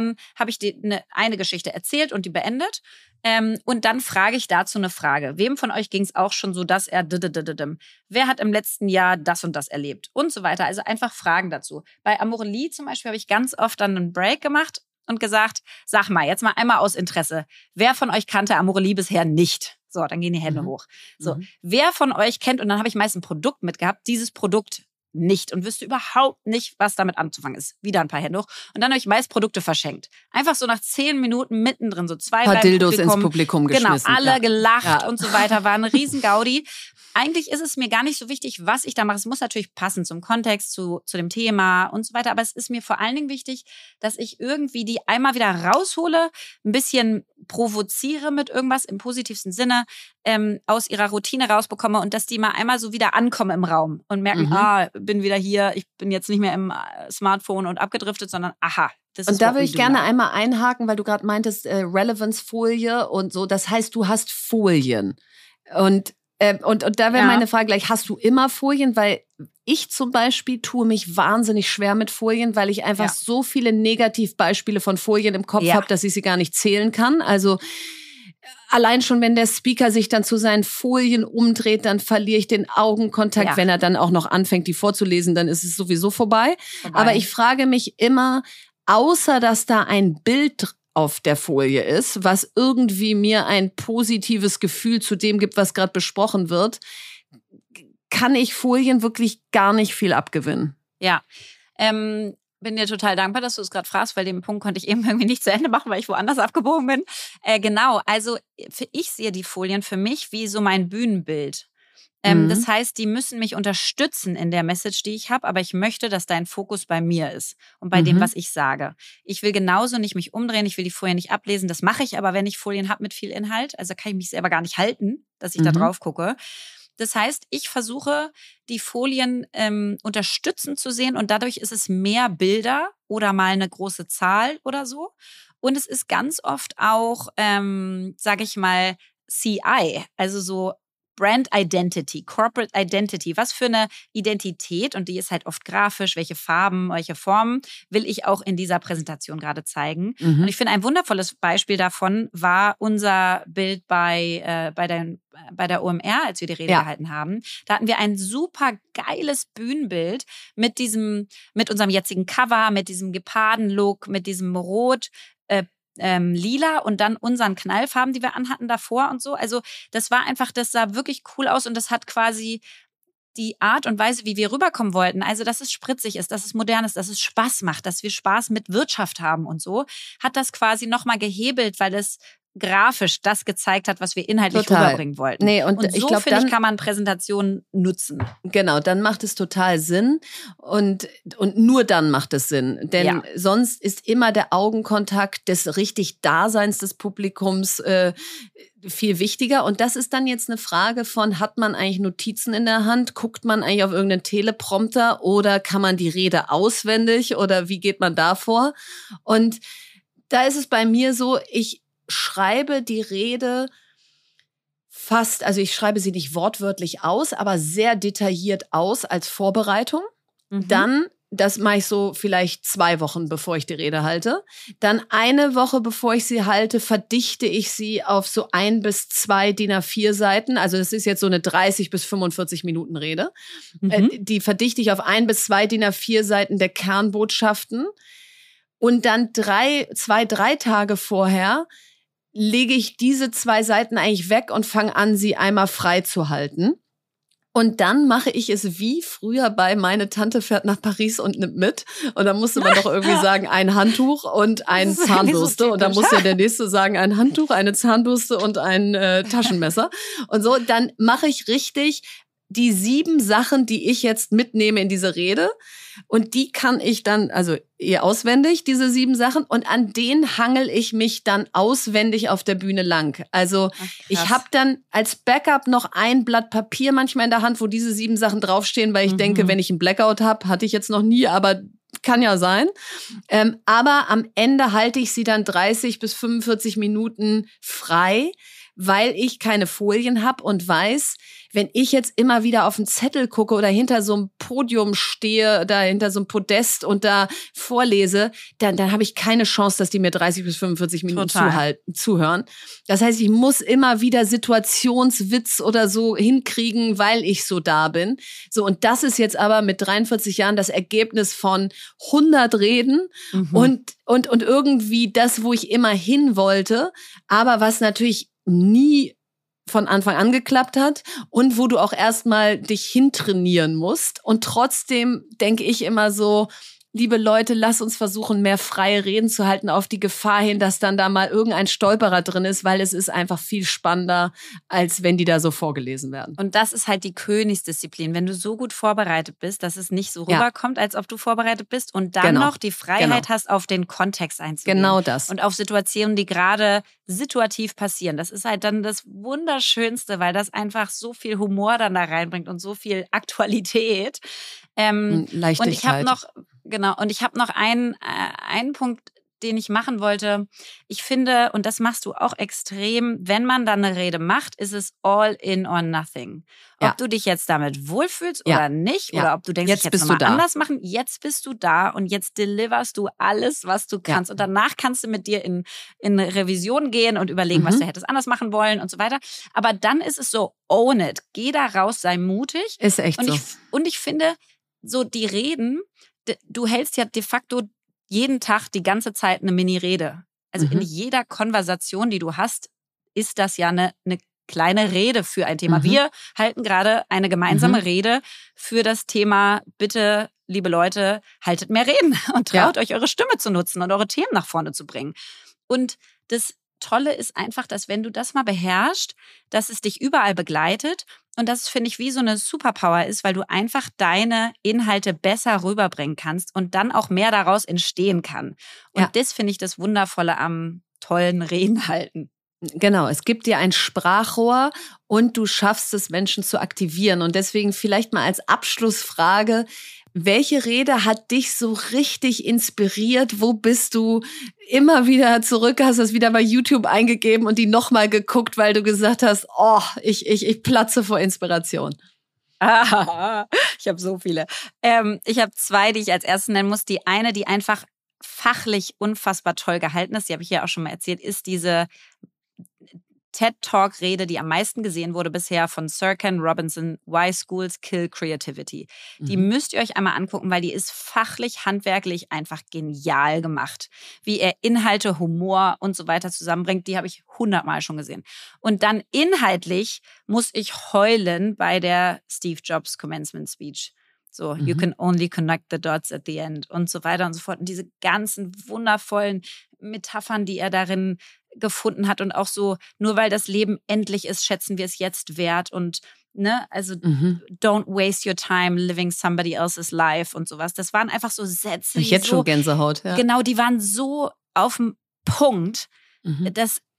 eine Geschichte erzählt und die beendet. Und dann frage ich dazu eine Frage. Wem von euch ging es auch schon so, dass er wer hat im letzten Jahr das und das erlebt? Und so weiter. Also einfach Fragen dazu. Bei Amorelie zum Beispiel habe ich ganz oft dann einen Break gemacht und gesagt, sag mal, jetzt mal einmal aus Interesse. Wer von euch kannte Amorelie bisher nicht? So, dann gehen die Hände hoch. So, wer von euch kennt, und dann habe ich meist ein Produkt mitgehabt, dieses Produkt nicht und wüsste überhaupt nicht, was damit anzufangen ist. Wieder ein paar Hände hoch. Und dann habe ich meist Produkte verschenkt. Einfach so nach 10 Minuten mittendrin, so 2 paar Dildos ins Publikum geschmissen. Genau, alle gelacht und so weiter. War eine riesen Gaudi. Eigentlich ist es mir gar nicht so wichtig, was ich da mache. Es muss natürlich passen zum Kontext, zu dem Thema und so weiter. Aber es ist mir vor allen Dingen wichtig, dass ich irgendwie die einmal wieder raushole, ein bisschen provoziere mit irgendwas im positivsten Sinne, aus ihrer Routine rausbekomme und dass die mal einmal so wieder ankommen im Raum und merken, bin wieder hier, ich bin jetzt nicht mehr im Smartphone und abgedriftet, sondern aha. Und da würde ich gerne einmal einhaken, weil du gerade meintest, Relevance-Folie und so. Das heißt, du hast Folien. Und da wäre meine Frage gleich, hast du immer Folien? Weil ich zum Beispiel tue mich wahnsinnig schwer mit Folien, weil ich einfach so viele Negativbeispiele von Folien im Kopf habe, dass ich sie gar nicht zählen kann. Also allein schon, wenn der Speaker sich dann zu seinen Folien umdreht, dann verliere ich den Augenkontakt. Ja. Wenn er dann auch noch anfängt, die vorzulesen, dann ist es sowieso vorbei. Aber ich frage mich immer, außer dass da ein Bild auf der Folie ist, was irgendwie mir ein positives Gefühl zu dem gibt, was gerade besprochen wird, kann ich Folien wirklich gar nicht viel abgewinnen. Ja, bin dir total dankbar, dass du es gerade fragst, weil den Punkt konnte ich eben irgendwie nicht zu Ende machen, weil ich woanders abgebogen bin. Genau, also ich sehe die Folien für mich wie so mein Bühnenbild. Das heißt, die müssen mich unterstützen in der Message, die ich habe, aber ich möchte, dass dein Fokus bei mir ist und bei dem, was ich sage. Ich will genauso nicht mich umdrehen, ich will die Folien nicht ablesen. Das mache ich aber, wenn ich Folien habe mit viel Inhalt. Also kann ich mich selber gar nicht halten, dass ich da drauf gucke. Das heißt, ich versuche, die Folien unterstützend zu sehen und dadurch ist es mehr Bilder oder mal eine große Zahl oder so. Und es ist ganz oft auch, sage ich mal, CI, also so Brand Identity, Corporate Identity, was für eine Identität, und die ist halt oft grafisch, welche Farben, welche Formen, will ich auch in dieser Präsentation gerade zeigen. Und ich finde, ein wundervolles Beispiel davon war unser Bild bei der OMR, als wir die Rede gehalten haben. Da hatten wir ein super geiles Bühnenbild mit unserem jetzigen Cover, mit diesem Geparden-Look, mit diesem Rot, lila und dann unseren Knallfarben, die wir anhatten davor und so. Also das sah wirklich cool aus und das hat quasi die Art und Weise, wie wir rüberkommen wollten. Also, dass es spritzig ist, dass es modern ist, dass es Spaß macht, dass wir Spaß mit Wirtschaft haben und so, hat das quasi nochmal gehebelt, weil es grafisch das gezeigt hat, was wir inhaltlich rüberbringen wollten. Nee, und so, finde ich, kann man Präsentationen nutzen. Genau, dann macht es total Sinn und nur dann macht es Sinn. Denn sonst ist immer der Augenkontakt des richtig Daseins des Publikums viel wichtiger. Und das ist dann jetzt eine Frage von, hat man eigentlich Notizen in der Hand? Guckt man eigentlich auf irgendeinen Teleprompter oder kann man die Rede auswendig oder wie geht man da vor? Und da ist es bei mir so, ich schreibe die Rede also ich schreibe sie nicht wortwörtlich aus, aber sehr detailliert aus als Vorbereitung. Dann, das mache ich so vielleicht 2 Wochen, bevor ich die Rede halte. Dann 1 Woche, bevor ich sie halte, verdichte ich sie auf so 1 bis 2 DIN A4 Seiten. Also das ist jetzt so eine 30 bis 45 Minuten Rede. Die verdichte ich auf 1 bis 2 DIN A4 Seiten der Kernbotschaften. Und dann 3 Tage vorher lege ich diese 2 Seiten eigentlich weg und fange an, sie einmal frei zu halten. Und dann mache ich es wie früher bei Meine Tante fährt nach Paris und nimmt mit. Und dann musste man doch irgendwie sagen, ein Handtuch und eine Zahnbürste. Und dann musste der Nächste sagen, ein Handtuch, eine Zahnbürste und ein Taschenmesser. Und so, dann mache ich richtig die 7 Sachen, die ich jetzt mitnehme in diese Rede. Und die kann ich dann, also auswendig, diese 7 Sachen. Und an denen hangel ich mich dann auswendig auf der Bühne lang. Also ich habe dann als Backup noch ein Blatt Papier manchmal in der Hand, wo diese 7 Sachen draufstehen, weil ich denke, wenn ich einen Blackout habe, hatte ich jetzt noch nie, aber kann ja sein. Aber am Ende halte ich sie dann 30 bis 45 Minuten frei, weil ich keine Folien habe und weiß, wenn ich jetzt immer wieder auf den Zettel gucke oder hinter so einem Podium stehe, da hinter so einem Podest und da vorlese, dann habe ich keine Chance, dass die mir 30 bis 45 Minuten zuhören. Das heißt, ich muss immer wieder Situationswitz oder so hinkriegen, weil ich so da bin. So, und das ist jetzt aber mit 43 Jahren das Ergebnis von 100 Reden und irgendwie das, wo ich immer hin wollte, aber was natürlich nie von Anfang an geklappt hat und wo du auch erstmal dich hintrainieren musst. Und trotzdem denke ich immer so, liebe Leute, lass uns versuchen, mehr freie Reden zu halten, auf die Gefahr hin, dass dann da mal irgendein Stolperer drin ist, weil es ist einfach viel spannender, als wenn die da so vorgelesen werden. Und das ist halt die Königsdisziplin. Wenn du so gut vorbereitet bist, dass es nicht so rüberkommt, als ob du vorbereitet bist und dann noch die Freiheit hast, auf den Kontext einzugehen. Genau das. Und auf Situationen, die gerade situativ passieren. Das ist halt dann das Wunderschönste, weil das einfach so viel Humor dann da reinbringt und so viel Aktualität. Leichtigkeit. Und ich habe noch einen Punkt, den ich machen wollte. Ich finde, und das machst du auch extrem, wenn man dann eine Rede macht, ist es all in or nothing. Ob du dich jetzt damit wohlfühlst oder nicht, oder ob du denkst, jetzt bist du da. Anders machen, jetzt bist du da und jetzt deliverst du alles, was du kannst. Und danach kannst du mit dir in Revision gehen und überlegen, was du hättest anders machen wollen und so weiter. Aber dann ist es so, own it. Geh da raus, sei mutig. Ist echt so. Und ich finde, so die Reden, du hältst ja de facto jeden Tag die ganze Zeit eine Mini-Rede. Also in jeder Konversation, die du hast, ist das ja eine kleine Rede für ein Thema. Wir halten gerade eine gemeinsame Rede für das Thema, bitte, liebe Leute, haltet mehr Reden und traut euch, eure Stimme zu nutzen und eure Themen nach vorne zu bringen. Und das Tolle ist einfach, dass wenn du das mal beherrschst, dass es dich überall begleitet und das, finde ich, wie so eine Superpower ist, weil du einfach deine Inhalte besser rüberbringen kannst und dann auch mehr daraus entstehen kann. Und das finde ich das Wundervolle am tollen Reden halten. Genau, es gibt dir ein Sprachrohr und du schaffst es, Menschen zu aktivieren. Und deswegen vielleicht mal als Abschlussfrage, welche Rede hat dich so richtig inspiriert? Wo bist du immer wieder zurück, hast das wieder bei YouTube eingegeben und die nochmal geguckt, weil du gesagt hast, oh, ich platze vor Inspiration. Ich habe so viele. Ich habe 2, die ich als erstes nennen muss. Die eine, die einfach fachlich unfassbar toll gehalten ist, die habe ich ja auch schon mal erzählt, ist diese TED-Talk-Rede, die am meisten gesehen wurde bisher von Sir Ken Robinson, Why Schools Kill Creativity. Die müsst ihr euch einmal angucken, weil die ist fachlich, handwerklich einfach genial gemacht. Wie er Inhalte, Humor und so weiter zusammenbringt, die habe ich 100-mal schon gesehen. Und dann inhaltlich muss ich heulen bei der Steve Jobs Commencement Speech. So, you can only connect the dots at the end und so weiter und so fort. Und diese ganzen wundervollen Metaphern, die er darin gefunden hat und auch so, nur weil das Leben endlich ist, schätzen wir es jetzt wert und also don't waste your time living somebody else's life und sowas. Das waren einfach so Sätze. Ich jetzt schon Gänsehaut. Ja. Genau, die waren so auf dem Punkt, dass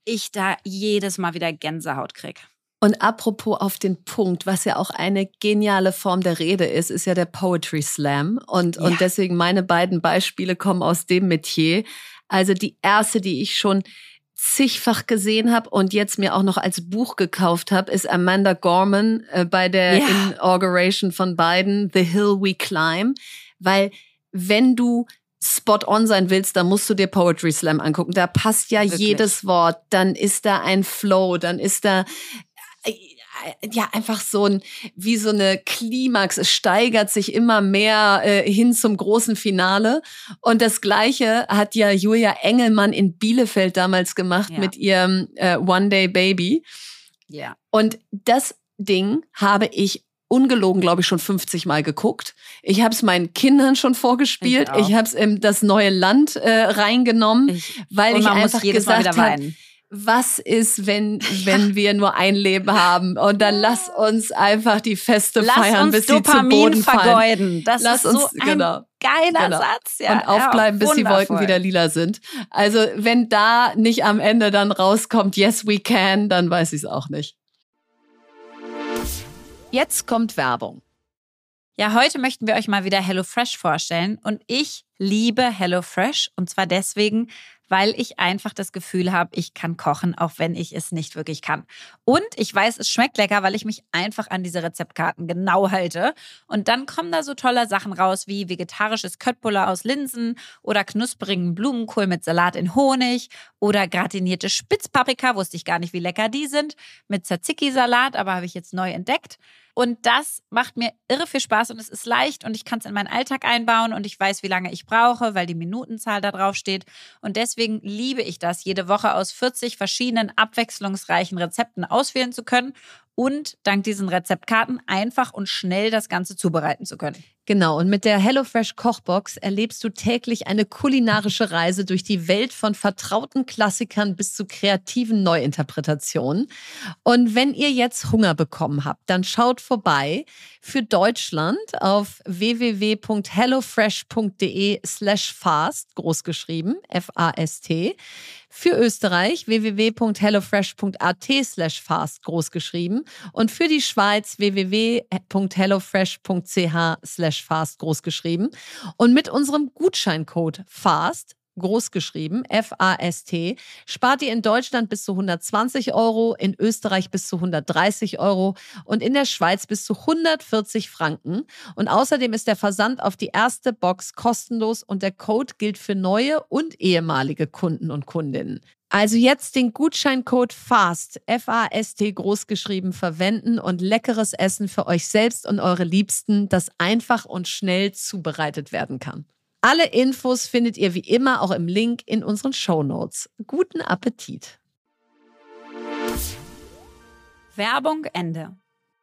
ich da jedes Mal wieder Gänsehaut kriege. Und apropos auf den Punkt, was ja auch eine geniale Form der Rede ist ja der Poetry Slam. Und deswegen meine beiden Beispiele kommen aus dem Metier. Also die erste, die ich schon zigfach gesehen habe und jetzt mir auch noch als Buch gekauft habe, ist Amanda Gorman bei der Inauguration von Biden, The Hill We Climb. Weil wenn du spot on sein willst, dann musst du dir Poetry Slam angucken. Da passt ja wirklich jedes Wort. Dann ist da ein Flow, dann ist da einfach wie so eine Klimax. Es steigert sich immer mehr hin zum großen Finale. Und das Gleiche hat ja Julia Engelmann in Bielefeld damals gemacht mit ihrem One Day Baby. Ja. Und das Ding habe ich ungelogen, glaube ich, schon 50 Mal geguckt. Ich habe es meinen Kindern schon vorgespielt. Ich habe es in das neue Land reingenommen, weil ich einfach gesagt habe, was ist, wenn wir nur ein Leben haben? Und dann lass uns einfach die Feste feiern, bis sie zu Boden fallen. Das ist so ein geiler Satz. Ja. Und aufbleiben, bis die Wolken wieder lila sind. Also wenn da nicht am Ende dann rauskommt, yes we can, dann weiß ich es auch nicht. Jetzt kommt Werbung. Ja, heute möchten wir euch mal wieder HelloFresh vorstellen. Und ich liebe HelloFresh. Und zwar deswegen, weil ich einfach das Gefühl habe, ich kann kochen, auch wenn ich es nicht wirklich kann. Und ich weiß, es schmeckt lecker, weil ich mich einfach an diese Rezeptkarten genau halte. Und dann kommen da so tolle Sachen raus wie vegetarisches Köttbullar aus Linsen oder knusprigen Blumenkohl mit Salat in Honig oder gratinierte Spitzpaprika, wusste ich gar nicht, wie lecker die sind, mit Tzatziki-Salat, aber habe ich jetzt neu entdeckt. Und das macht mir irre viel Spaß und es ist leicht und ich kann es in meinen Alltag einbauen und ich weiß, wie lange ich brauche, weil die Minutenzahl da drauf steht. Und deswegen liebe ich das, jede Woche aus 40 verschiedenen abwechslungsreichen Rezepten auswählen zu können und dank diesen Rezeptkarten einfach und schnell das Ganze zubereiten zu können. Genau, und mit der HelloFresh Kochbox erlebst du täglich eine kulinarische Reise durch die Welt von vertrauten Klassikern bis zu kreativen Neuinterpretationen. Und wenn ihr jetzt Hunger bekommen habt, dann schaut vorbei für Deutschland auf www.hellofresh.de/fast, großgeschrieben, F-A-S-T. Für Österreich www.hellofresh.at/fast, großgeschrieben. Und für die Schweiz www.hellofresh.ch/fast, großgeschrieben. Und mit unserem Gutscheincode FAST, großgeschrieben, F-A-S-T, spart ihr in Deutschland bis zu 120 €, in Österreich bis zu 130 € und in der Schweiz bis zu 140 Franken. Und außerdem ist der Versand auf die erste Box kostenlos und der Code gilt für neue und ehemalige Kunden und Kundinnen. Also jetzt den Gutscheincode FAST, F-A-S-T großgeschrieben, verwenden und leckeres Essen für euch selbst und eure Liebsten, das einfach und schnell zubereitet werden kann. Alle Infos findet ihr wie immer auch im Link in unseren Shownotes. Guten Appetit! Werbung Ende.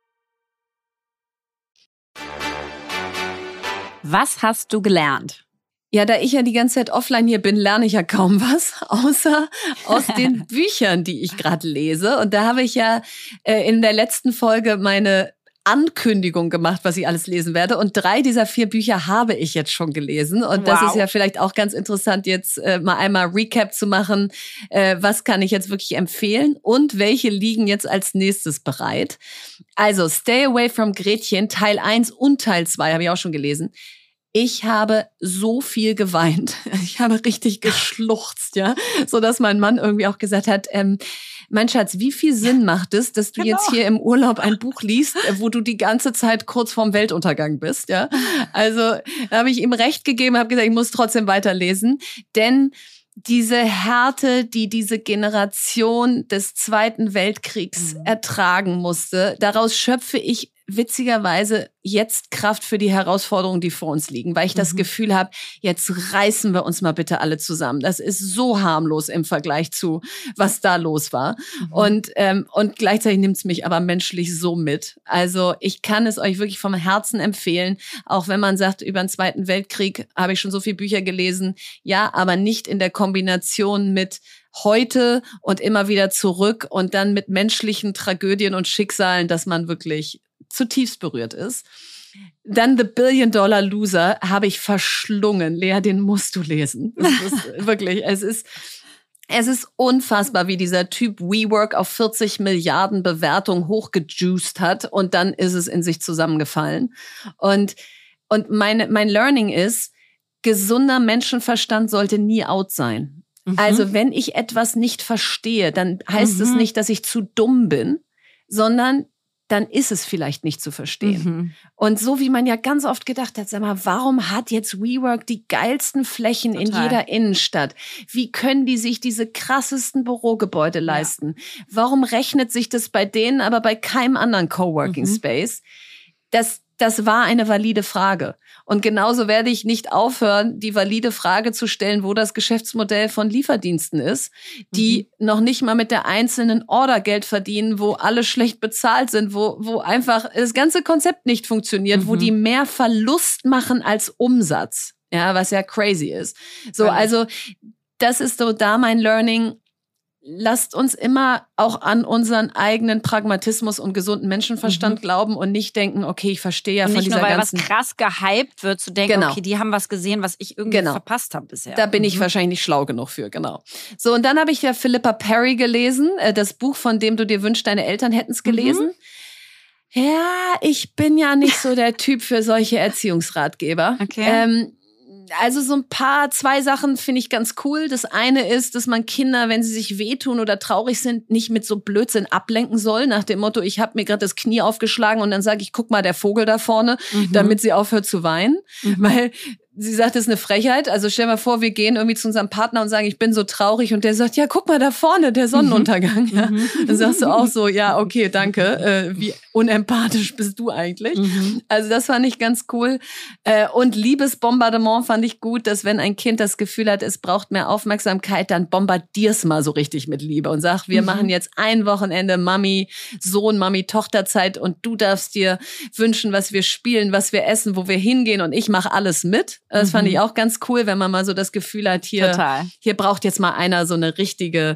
Was hast du gelernt? Ja, da ich ja die ganze Zeit offline hier bin, lerne ich ja kaum was, außer aus den Büchern, die ich gerade lese. Und da habe ich ja in der letzten Folge meine Ankündigung gemacht, was ich alles lesen werde. Und 3 dieser 4 Bücher habe ich jetzt schon gelesen. Und das ist ja vielleicht auch ganz interessant, jetzt mal einmal Recap zu machen. Was kann ich jetzt wirklich empfehlen und welche liegen jetzt als nächstes bereit? Also Stay Away from Gretchen, Teil 1 und Teil 2 habe ich auch schon gelesen. Ich habe so viel geweint. Ich habe richtig geschluchzt, ja, so dass mein Mann irgendwie auch gesagt hat, mein Schatz, wie viel Sinn macht es, dass du jetzt hier im Urlaub ein Buch liest, wo du die ganze Zeit kurz vorm Weltuntergang bist, ja? Also, da habe ich ihm recht gegeben, habe gesagt, ich muss trotzdem weiterlesen, denn diese Härte, die diese Generation des Zweiten Weltkriegs ertragen musste, daraus schöpfe ich witzigerweise jetzt Kraft für die Herausforderungen, die vor uns liegen, weil ich das Gefühl habe, jetzt reißen wir uns mal bitte alle zusammen. Das ist so harmlos im Vergleich zu, was da los war. Und gleichzeitig nimmt es mich aber menschlich so mit. Also ich kann es euch wirklich vom Herzen empfehlen, auch wenn man sagt, über den Zweiten Weltkrieg habe ich schon so viele Bücher gelesen. Ja, aber nicht in der Kombination mit heute und immer wieder zurück und dann mit menschlichen Tragödien und Schicksalen, dass man wirklich zutiefst berührt ist. Dann The $1 Billion Loser habe ich verschlungen. Lea, den musst du lesen. Es ist wirklich, Es ist unfassbar, wie dieser Typ WeWork auf 40 Milliarden Bewertung hochgejuiced hat und dann ist es in sich zusammengefallen. Und mein Learning ist, gesunder Menschenverstand sollte nie out sein. Also wenn ich etwas nicht verstehe, dann heißt es nicht, dass ich zu dumm bin, sondern dann ist es vielleicht nicht zu verstehen. Und so wie man ja ganz oft gedacht hat, sag mal, warum hat jetzt WeWork die geilsten Flächen in jeder Innenstadt? Wie können die sich diese krassesten Bürogebäude leisten? Warum rechnet sich das bei denen, aber bei keinem anderen Coworking Space? Das war eine valide Frage. Und genauso werde ich nicht aufhören, die valide Frage zu stellen, wo das Geschäftsmodell von Lieferdiensten ist, die noch nicht mal mit der einzelnen Order Geld verdienen, wo alle schlecht bezahlt sind, wo einfach das ganze Konzept nicht funktioniert, wo die mehr Verlust machen als Umsatz. Ja, was ja crazy ist. So, also das ist so da mein Learning. Lasst uns immer auch an unseren eigenen Pragmatismus und gesunden Menschenverstand glauben und nicht denken, okay, ich verstehe ja und von nicht dieser nur, weil ganzen... was krass gehypt wird, zu denken, okay, die haben was gesehen, was ich irgendwie verpasst habe bisher. Da bin ich wahrscheinlich nicht schlau genug für, genau. So, und dann habe ich ja Philippa Perry gelesen, das Buch, von dem du dir wünschst, deine Eltern hätten es gelesen. Ja, ich bin ja nicht so der Typ für solche Erziehungsratgeber. Okay. Also so zwei Sachen finde ich ganz cool. Das eine ist, dass man Kinder, wenn sie sich wehtun oder traurig sind, nicht mit so Blödsinn ablenken soll. Nach dem Motto, ich habe mir gerade das Knie aufgeschlagen und dann sage ich, guck mal, der Vogel da vorne, damit sie aufhört zu weinen. Weil sie sagt, das ist eine Frechheit. Also stell mal vor, wir gehen irgendwie zu unserem Partner und sagen, ich bin so traurig. Und der sagt, ja, guck mal da vorne, der Sonnenuntergang. Ja. Dann sagst du auch so, ja, okay, danke. Wie unempathisch bist du eigentlich? Also das fand ich ganz cool. Und Liebesbombardement fand ich gut, dass wenn ein Kind das Gefühl hat, es braucht mehr Aufmerksamkeit, dann bombardier's mal so richtig mit Liebe und sag, wir machen jetzt ein Wochenende Mami, Sohn, Mami, Tochterzeit und du darfst dir wünschen, was wir spielen, was wir essen, wo wir hingehen und ich mache alles mit. Das fand ich auch ganz cool, wenn man mal so das Gefühl hat, hier braucht jetzt mal einer so eine richtige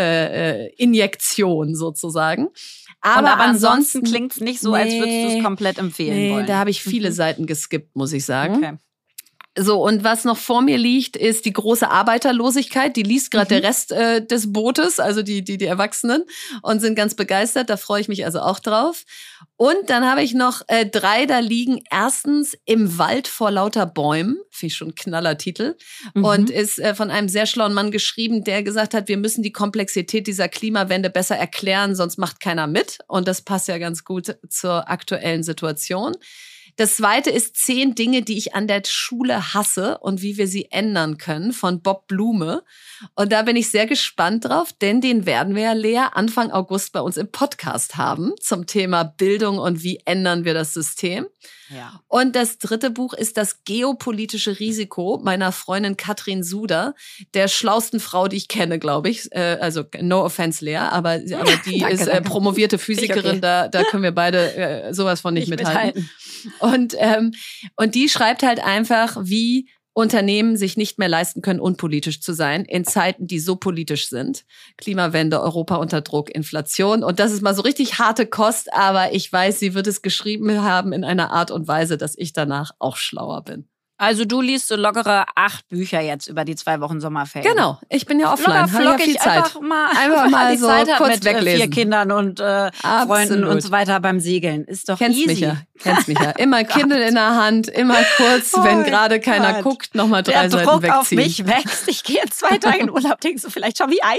Injektion sozusagen. Aber ansonsten klingt es nicht so, als würdest du es komplett empfehlen wollen. Da habe ich viele Seiten geskippt, muss ich sagen. Okay. So, und was noch vor mir liegt, ist die große Arbeiterlosigkeit. Die liest gerade der Rest des Bootes, also die Erwachsenen, und sind ganz begeistert. Da freue ich mich also auch drauf. Und dann habe ich noch 3 da liegen. Erstens Im Wald vor lauter Bäumen. Finde ich schon ein knaller Titel. Und ist von einem sehr schlauen Mann geschrieben, der gesagt hat, wir müssen die Komplexität dieser Klimawende besser erklären, sonst macht keiner mit. Und das passt ja ganz gut zur aktuellen Situation. Das zweite ist 10 Dinge, die ich an der Schule hasse und wie wir sie ändern können, von Bob Blume. Und da bin ich sehr gespannt drauf, denn den werden wir ja, Lea, Anfang August bei uns im Podcast haben zum Thema Bildung und wie ändern wir das System. Ja. Und das dritte Buch ist Das geopolitische Risiko meiner Freundin Katrin Suder, der schlausten Frau, die ich kenne, glaube ich. Also no offense, Lea, aber die danke, ist promovierte Physikerin, okay. Da können wir beide sowas von nicht mithalten. Und die schreibt halt einfach, wie Unternehmen sich nicht mehr leisten können, unpolitisch zu sein in Zeiten, die so politisch sind. Klimawende, Europa unter Druck, Inflation. Und das ist mal so richtig harte Kost, aber ich weiß, sie wird es geschrieben haben in einer Art und Weise, dass ich danach auch schlauer bin. Also du liest so lockere 8 Bücher jetzt über die 2 Wochen Sommerferien. Genau, ich bin ja offline, habe ja viel Zeit. Einfach mal so Zeit kurz mit weglesen. 4 Kindern und Freunden und so weiter beim Segeln. Ist doch easy. Kennst mich ja. Immer Kindle in der Hand, immer kurz, wenn gerade keiner guckt, nochmal 3 Seiten wegziehen. Der Druck auf mich wächst. Ich gehe jetzt 2 Tage in Urlaub, denkst du vielleicht schon wie 1?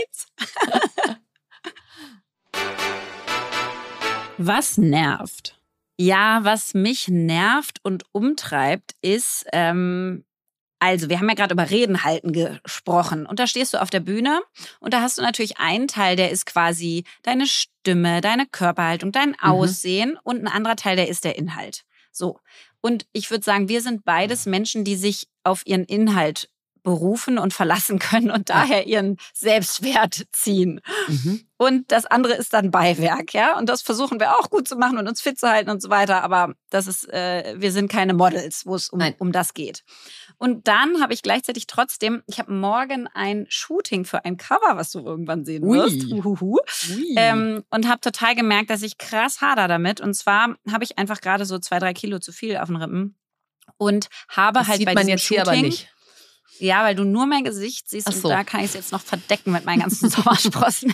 Was nervt? Ja, was mich nervt und umtreibt, ist, also wir haben ja gerade über Reden halten gesprochen und da stehst du auf der Bühne und da hast du natürlich einen Teil, der ist quasi deine Stimme, deine Körperhaltung, dein Aussehen und ein anderer Teil, der ist der Inhalt. So. Und ich würde sagen, wir sind beides Menschen, die sich auf ihren Inhalt berufen und verlassen können und daher ihren Selbstwert ziehen. Und das andere ist dann Beiwerk, ja. Und das versuchen wir auch gut zu machen und uns fit zu halten und so weiter. Aber das ist, wir sind keine Models, wo es um das geht. Und dann habe ich gleichzeitig trotzdem, ich habe morgen ein Shooting für ein Cover, was du irgendwann sehen wirst. Und habe total gemerkt, dass ich krass hader damit. Und zwar habe ich einfach gerade so 2-3 Kilo zu viel auf den Rippen und habe das halt sieht bei man diesem jetzt Shooting, hier aber nicht. Ja, weil du nur mein Gesicht siehst und da kann ich es jetzt noch verdecken mit meinen ganzen Sommersprossen.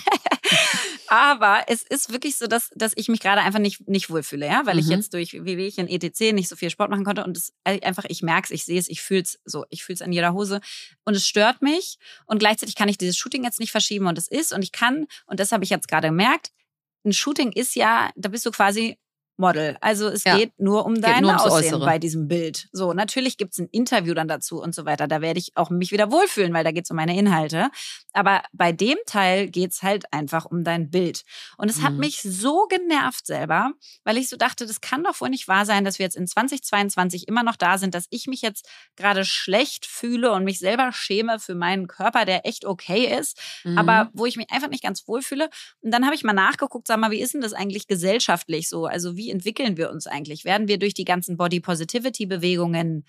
Aber es ist wirklich so, dass ich mich gerade einfach nicht wohlfühle, ja, weil ich jetzt durch Wehwehchen, etc. nicht so viel Sport machen konnte und es einfach, ich merke es, ich sehe es, ich fühle es so, ich fühle es an jeder Hose und es stört mich und gleichzeitig kann ich dieses Shooting jetzt nicht verschieben und es ist und ich kann, und das habe ich jetzt gerade gemerkt, ein Shooting ist ja, da bist du quasi Model. Also es geht nur um dein Aussehen bei diesem Bild. So, natürlich gibt's ein Interview dann dazu und so weiter. Da werde ich auch mich wieder wohlfühlen, weil da geht's um meine Inhalte. Aber bei dem Teil geht's halt einfach um dein Bild. Und es hat mich so genervt selber, weil ich so dachte, das kann doch wohl nicht wahr sein, dass wir jetzt in 2022 immer noch da sind, dass ich mich jetzt gerade schlecht fühle und mich selber schäme für meinen Körper, der echt okay ist, aber wo ich mich einfach nicht ganz wohlfühle. Und dann habe ich mal nachgeguckt, sag mal, wie ist denn das eigentlich gesellschaftlich so? Also wie entwickeln wir uns eigentlich? Werden wir durch die ganzen Body-Positivity-Bewegungen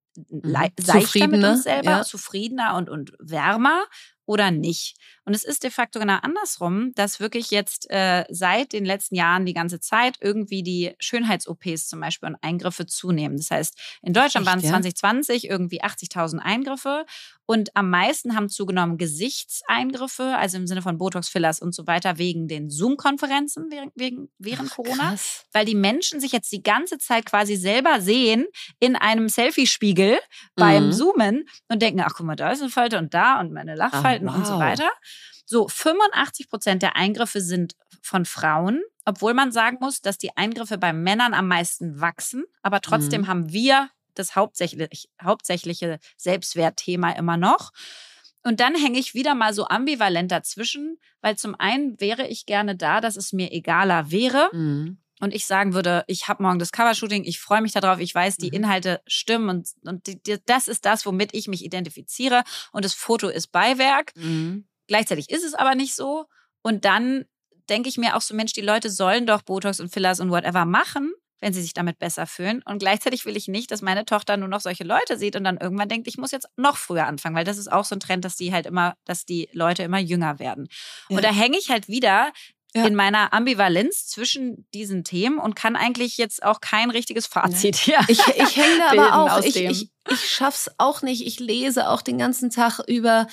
seichter mit uns selber, zufriedener und wärmer oder nicht? Und es ist de facto genau andersrum, dass wirklich jetzt seit den letzten Jahren die ganze Zeit irgendwie die Schönheits-OPs zum Beispiel und Eingriffe zunehmen. Das heißt, in Deutschland waren es 2020 irgendwie 80.000 Eingriffe und am meisten haben zugenommen Gesichtseingriffe, also im Sinne von Botox, Fillers und so weiter, wegen den Zoom-Konferenzen während Corona. Krass. Weil die Menschen sich jetzt die ganze Zeit quasi selber sehen in einem Selfie-Spiegel beim Zoomen und denken, ach guck mal, da ist eine Falte und da und meine Lachfalten und so weiter. So, 85% der Eingriffe sind von Frauen, obwohl man sagen muss, dass die Eingriffe bei Männern am meisten wachsen. Aber trotzdem haben wir das hauptsächliche Selbstwertthema immer noch. Und dann hänge ich wieder mal so ambivalent dazwischen, weil zum einen wäre ich gerne da, dass es mir egaler wäre. Und ich sagen würde, ich habe morgen das Covershooting, ich freue mich darauf, ich weiß, die Inhalte stimmen und das ist das, womit ich mich identifiziere und das Foto ist Beiwerk. Gleichzeitig ist es aber nicht so und dann denke ich mir auch so, Mensch, die Leute sollen doch Botox und Fillers und whatever machen, wenn sie sich damit besser fühlen und gleichzeitig will ich nicht, dass meine Tochter nur noch solche Leute sieht und dann irgendwann denkt, ich muss jetzt noch früher anfangen, weil das ist auch so ein Trend, dass die Leute immer jünger werden. Ja. Und da hänge ich halt wieder in meiner Ambivalenz zwischen diesen Themen und kann eigentlich jetzt auch kein richtiges Fazit hier. Ich hänge da aber auch. Ich schaff's auch nicht. Ich lese auch den ganzen Tag über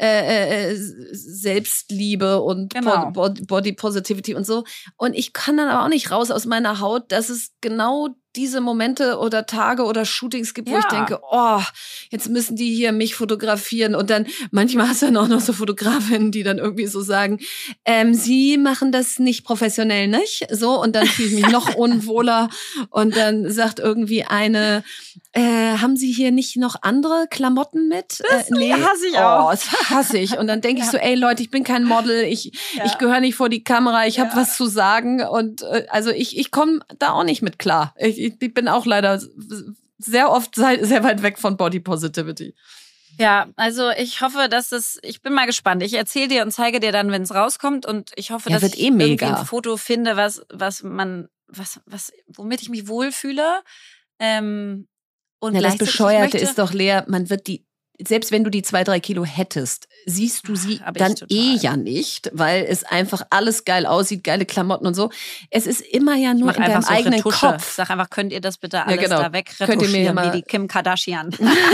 Selbstliebe und Body Positivity und so. Und ich kann dann aber auch nicht raus aus meiner Haut, dass es genau diese Momente oder Tage oder Shootings gibt, wo ich denke, oh, jetzt müssen die hier mich fotografieren. Und dann manchmal hast du dann auch noch so Fotografinnen, die dann irgendwie so sagen, sie machen das nicht professionell, nicht? So, und dann fühle ich mich noch unwohler. Und dann sagt irgendwie eine, haben Sie hier nicht noch andere Klamotten mit? Das hasse ich auch. Oh, das hasse ich. Und dann denke ich so, ey Leute, ich bin kein Model, ich gehöre nicht vor die Kamera, ich habe was zu sagen. Und also ich komme da auch nicht mit klar. Ich bin auch leider sehr oft sehr weit weg von Body Positivity. Ja, also ich hoffe, ich bin mal gespannt. Ich erzähle dir und zeige dir dann, wenn es rauskommt und ich hoffe, dass ich irgendwie ein Foto finde, womit ich mich wohlfühle. Und das Bescheuerte ist doch, Lea, man wird selbst wenn du die 2-3 Kilo hättest, siehst du sie dann ja nicht, weil es einfach alles geil aussieht, geile Klamotten und so. Es ist immer ja nur in deinem eigenen Kopf. Sag einfach, könnt ihr das bitte alles da wegretuschieren, wie die Kim Kardashian?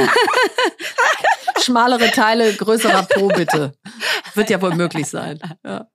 Schmalere Teile, größerer Po bitte. Wird ja wohl möglich sein. Ja.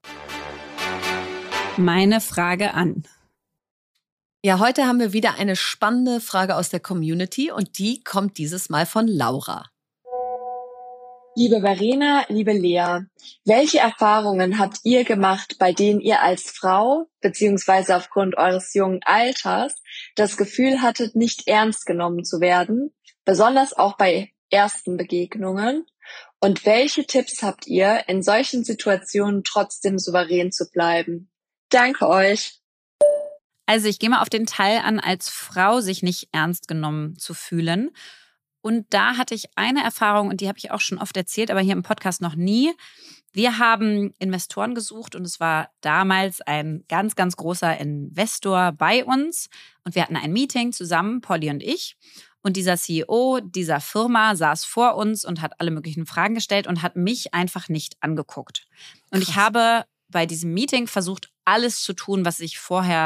Meine Frage an. Ja, heute haben wir wieder eine spannende Frage aus der Community und die kommt dieses Mal von Laura. Liebe Verena, liebe Lea, welche Erfahrungen habt ihr gemacht, bei denen ihr als Frau beziehungsweise aufgrund eures jungen Alters das Gefühl hattet, nicht ernst genommen zu werden, besonders auch bei ersten Begegnungen? Und welche Tipps habt ihr, in solchen Situationen trotzdem souverän zu bleiben? Danke euch. Also ich gehe mal auf den Teil an, als Frau sich nicht ernst genommen zu fühlen. Und da hatte ich eine Erfahrung, und die habe ich auch schon oft erzählt, aber hier im Podcast noch nie. Wir haben Investoren gesucht und es war damals ein ganz, ganz großer Investor bei uns. Und wir hatten ein Meeting zusammen, Polly und ich. Und dieser CEO dieser Firma saß vor uns und hat alle möglichen Fragen gestellt und hat mich einfach nicht angeguckt. Und ich habe bei diesem Meeting versucht, alles zu tun, was ich vorher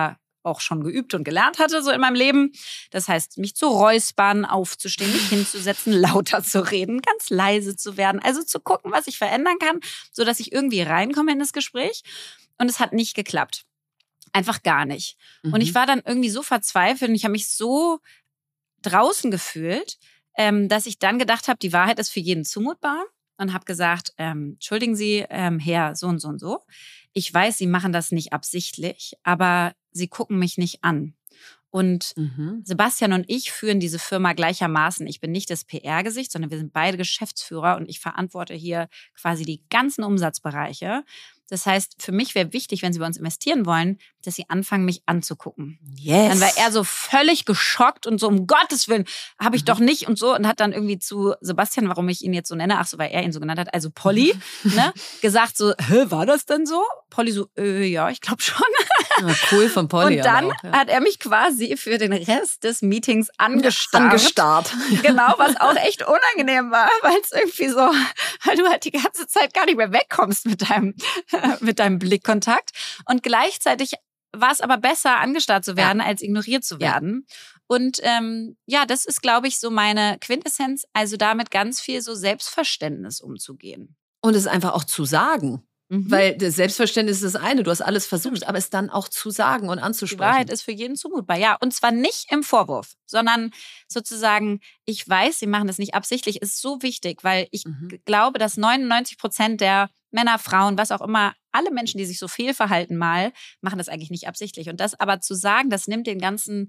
auch schon geübt und gelernt hatte, so in meinem Leben. Das heißt, mich zu räuspern, aufzustehen, mich hinzusetzen, lauter zu reden, ganz leise zu werden. Also zu gucken, was ich verändern kann, sodass ich irgendwie reinkomme in das Gespräch. Und es hat nicht geklappt. Einfach gar nicht. Und ich war dann irgendwie so verzweifelt und ich habe mich so draußen gefühlt, dass ich dann gedacht habe, die Wahrheit ist für jeden zumutbar. Und habe gesagt, entschuldigen Sie, Herr so und so und so. Ich weiß, Sie machen das nicht absichtlich, aber Sie gucken mich nicht an. Und Sebastian und ich führen diese Firma gleichermaßen. Ich bin nicht das PR-Gesicht, sondern wir sind beide Geschäftsführer und ich verantworte hier quasi die ganzen Umsatzbereiche. Das heißt, für mich wäre wichtig, wenn Sie bei uns investieren wollen, dass Sie anfangen, mich anzugucken. Yes. Dann war er so völlig geschockt und so, um Gottes Willen, habe ich doch nicht und so. Und hat dann irgendwie zu Sebastian, warum ich ihn jetzt so nenne, ach so, weil er ihn so genannt hat, also Polly, ne, gesagt so, war das denn so? Polly so, ja, ich glaube schon. Ja, cool von Polly. Und dann auch, ja. hat er mich quasi für den Rest des Meetings angestarrt. Genau, was auch echt unangenehm war, weil es irgendwie so, weil du halt die ganze Zeit gar nicht mehr wegkommst mit deinem Blickkontakt. Und gleichzeitig war es aber besser, angestarrt zu werden, als ignoriert zu werden. Und das ist, glaube ich, so meine Quintessenz, also damit ganz viel so Selbstverständnis umzugehen. Und es einfach auch zu sagen. Weil das Selbstverständnis ist das eine, du hast alles versucht, aber es dann auch zu sagen und anzusprechen. Die Wahrheit ist für jeden zumutbar, ja. Und zwar nicht im Vorwurf, sondern sozusagen, ich weiß, sie machen das nicht absichtlich, ist so wichtig, weil ich glaube, dass 99% der Männer, Frauen, was auch immer, alle Menschen, die sich so fehlverhalten mal, machen das eigentlich nicht absichtlich. Und das aber zu sagen, das nimmt den ganzen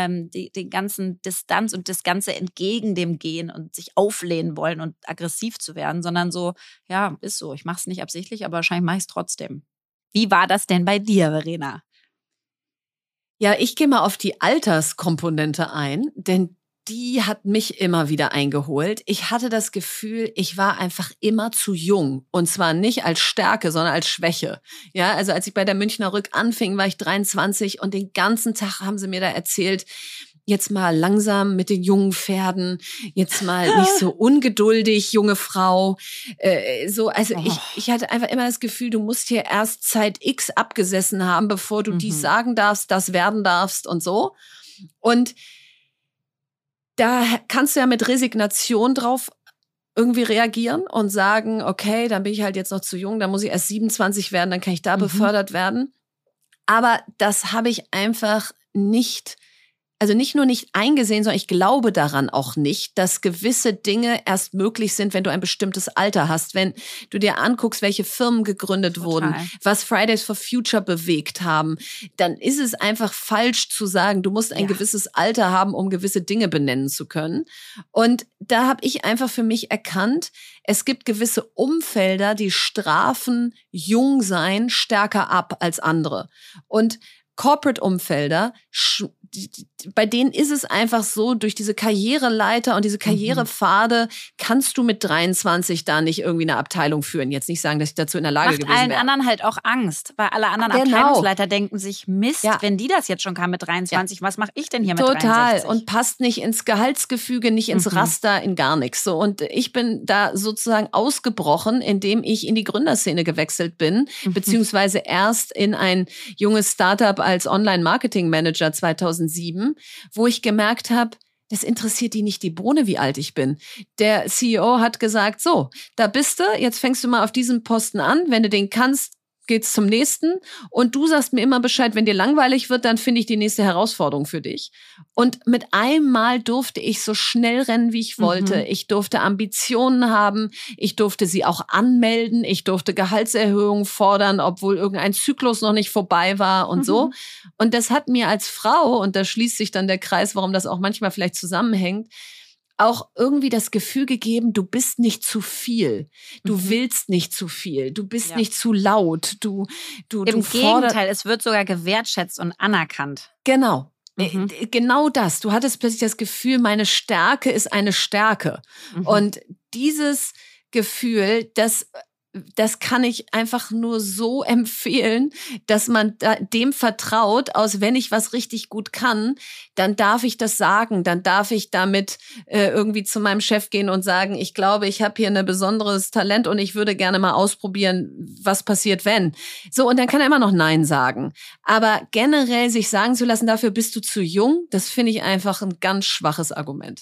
Distanz und das Ganze entgegen dem Gehen und sich auflehnen wollen und aggressiv zu werden, sondern so, ja, ist so, ich mache es nicht absichtlich, aber wahrscheinlich mache ich es trotzdem. Wie war das denn bei dir, Verena? Ja, ich gehe mal auf die Alterskomponente ein, denn die hat mich immer wieder eingeholt. Ich hatte das Gefühl, ich war einfach immer zu jung. Und zwar nicht als Stärke, sondern als Schwäche. Ja, also als ich bei der Münchner Rück anfing, war ich 23 und den ganzen Tag haben sie mir da erzählt, jetzt mal langsam mit den jungen Pferden, jetzt mal nicht so ungeduldig, junge Frau. Ich hatte einfach immer das Gefühl, du musst hier erst Zeit X abgesessen haben, bevor du dies sagen darfst, das werden darfst und so. Und da kannst du ja mit Resignation drauf irgendwie reagieren und sagen, okay, dann bin ich halt jetzt noch zu jung, dann muss ich erst 27 werden, dann kann ich da befördert werden. Aber das habe ich einfach nicht nur nicht eingesehen, sondern ich glaube daran auch nicht, dass gewisse Dinge erst möglich sind, wenn du ein bestimmtes Alter hast. Wenn du dir anguckst, welche Firmen gegründet wurden, was Fridays for Future bewegt haben, dann ist es einfach falsch zu sagen, du musst ein gewisses Alter haben, um gewisse Dinge benennen zu können. Und da habe ich einfach für mich erkannt, es gibt gewisse Umfelder, die strafen Jungsein stärker ab als andere. Und Corporate-Umfelder, bei denen ist es einfach so, durch diese Karriereleiter und diese Karrierepfade kannst du mit 23 da nicht irgendwie eine Abteilung führen. Jetzt nicht sagen, dass ich dazu in der Lage gewesen wäre. Macht allen anderen halt auch Angst, weil alle anderen Abteilungsleiter denken sich, Mist, wenn die das jetzt schon kann mit 23, was mache ich denn hier mit 63? Total, und passt nicht ins Gehaltsgefüge, nicht ins Raster, in gar nichts. So, und ich bin da sozusagen ausgebrochen, indem ich in die Gründerszene gewechselt bin, beziehungsweise erst in ein junges Startup als Online-Marketing-Manager 2007, wo ich gemerkt habe, das interessiert die nicht die Bohne, wie alt ich bin. Der CEO hat gesagt, so, da bist du, jetzt fängst du mal auf diesem Posten an, wenn du den kannst, geht's zum nächsten und du sagst mir immer Bescheid, wenn dir langweilig wird, dann finde ich die nächste Herausforderung für dich. Und mit einmal durfte ich so schnell rennen, wie ich wollte. Ich durfte Ambitionen haben, ich durfte sie auch anmelden, ich durfte Gehaltserhöhungen fordern, obwohl irgendein Zyklus noch nicht vorbei war und so. Und das hat mir als Frau, und da schließt sich dann der Kreis, warum das auch manchmal vielleicht zusammenhängt, auch irgendwie das Gefühl gegeben, du bist nicht zu viel. Du willst nicht zu viel. Du bist nicht zu laut. Im Gegenteil, es wird sogar gewertschätzt und anerkannt. Genau. Genau das. Du hattest plötzlich das Gefühl, meine Stärke ist eine Stärke. Und dieses Gefühl, das das kann ich einfach nur so empfehlen, dass man dem vertraut, wenn ich was richtig gut kann, dann darf ich das sagen, dann darf ich damit irgendwie zu meinem Chef gehen und sagen, ich glaube, ich habe hier ein besonderes Talent und ich würde gerne mal ausprobieren, was passiert, wenn. So, und dann kann er immer noch Nein sagen. Aber generell sich sagen zu lassen, dafür bist du zu jung, das finde ich einfach ein ganz schwaches Argument.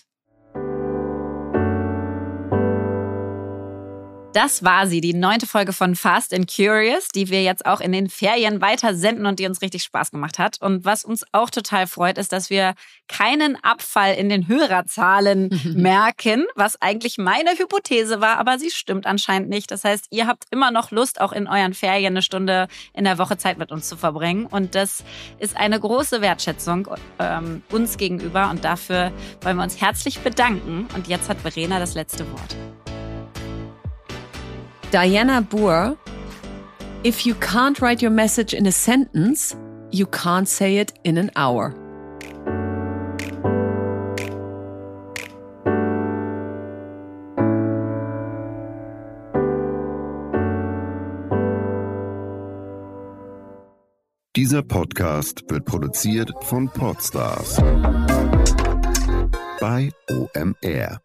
Das war sie, die 9. Folge von Fast and Curious, die wir jetzt auch in den Ferien weiter senden und die uns richtig Spaß gemacht hat. Und was uns auch total freut, ist, dass wir keinen Abfall in den Hörerzahlen merken, was eigentlich meine Hypothese war, aber sie stimmt anscheinend nicht. Das heißt, ihr habt immer noch Lust, auch in euren Ferien eine Stunde in der Woche Zeit mit uns zu verbringen. Und das ist eine große Wertschätzung uns gegenüber. Und dafür wollen wir uns herzlich bedanken. Und jetzt hat Verena das letzte Wort. Diana Boer, if you can't write your message in a sentence, you can't say it in an hour. Dieser Podcast wird produziert von Podstars bei OMR.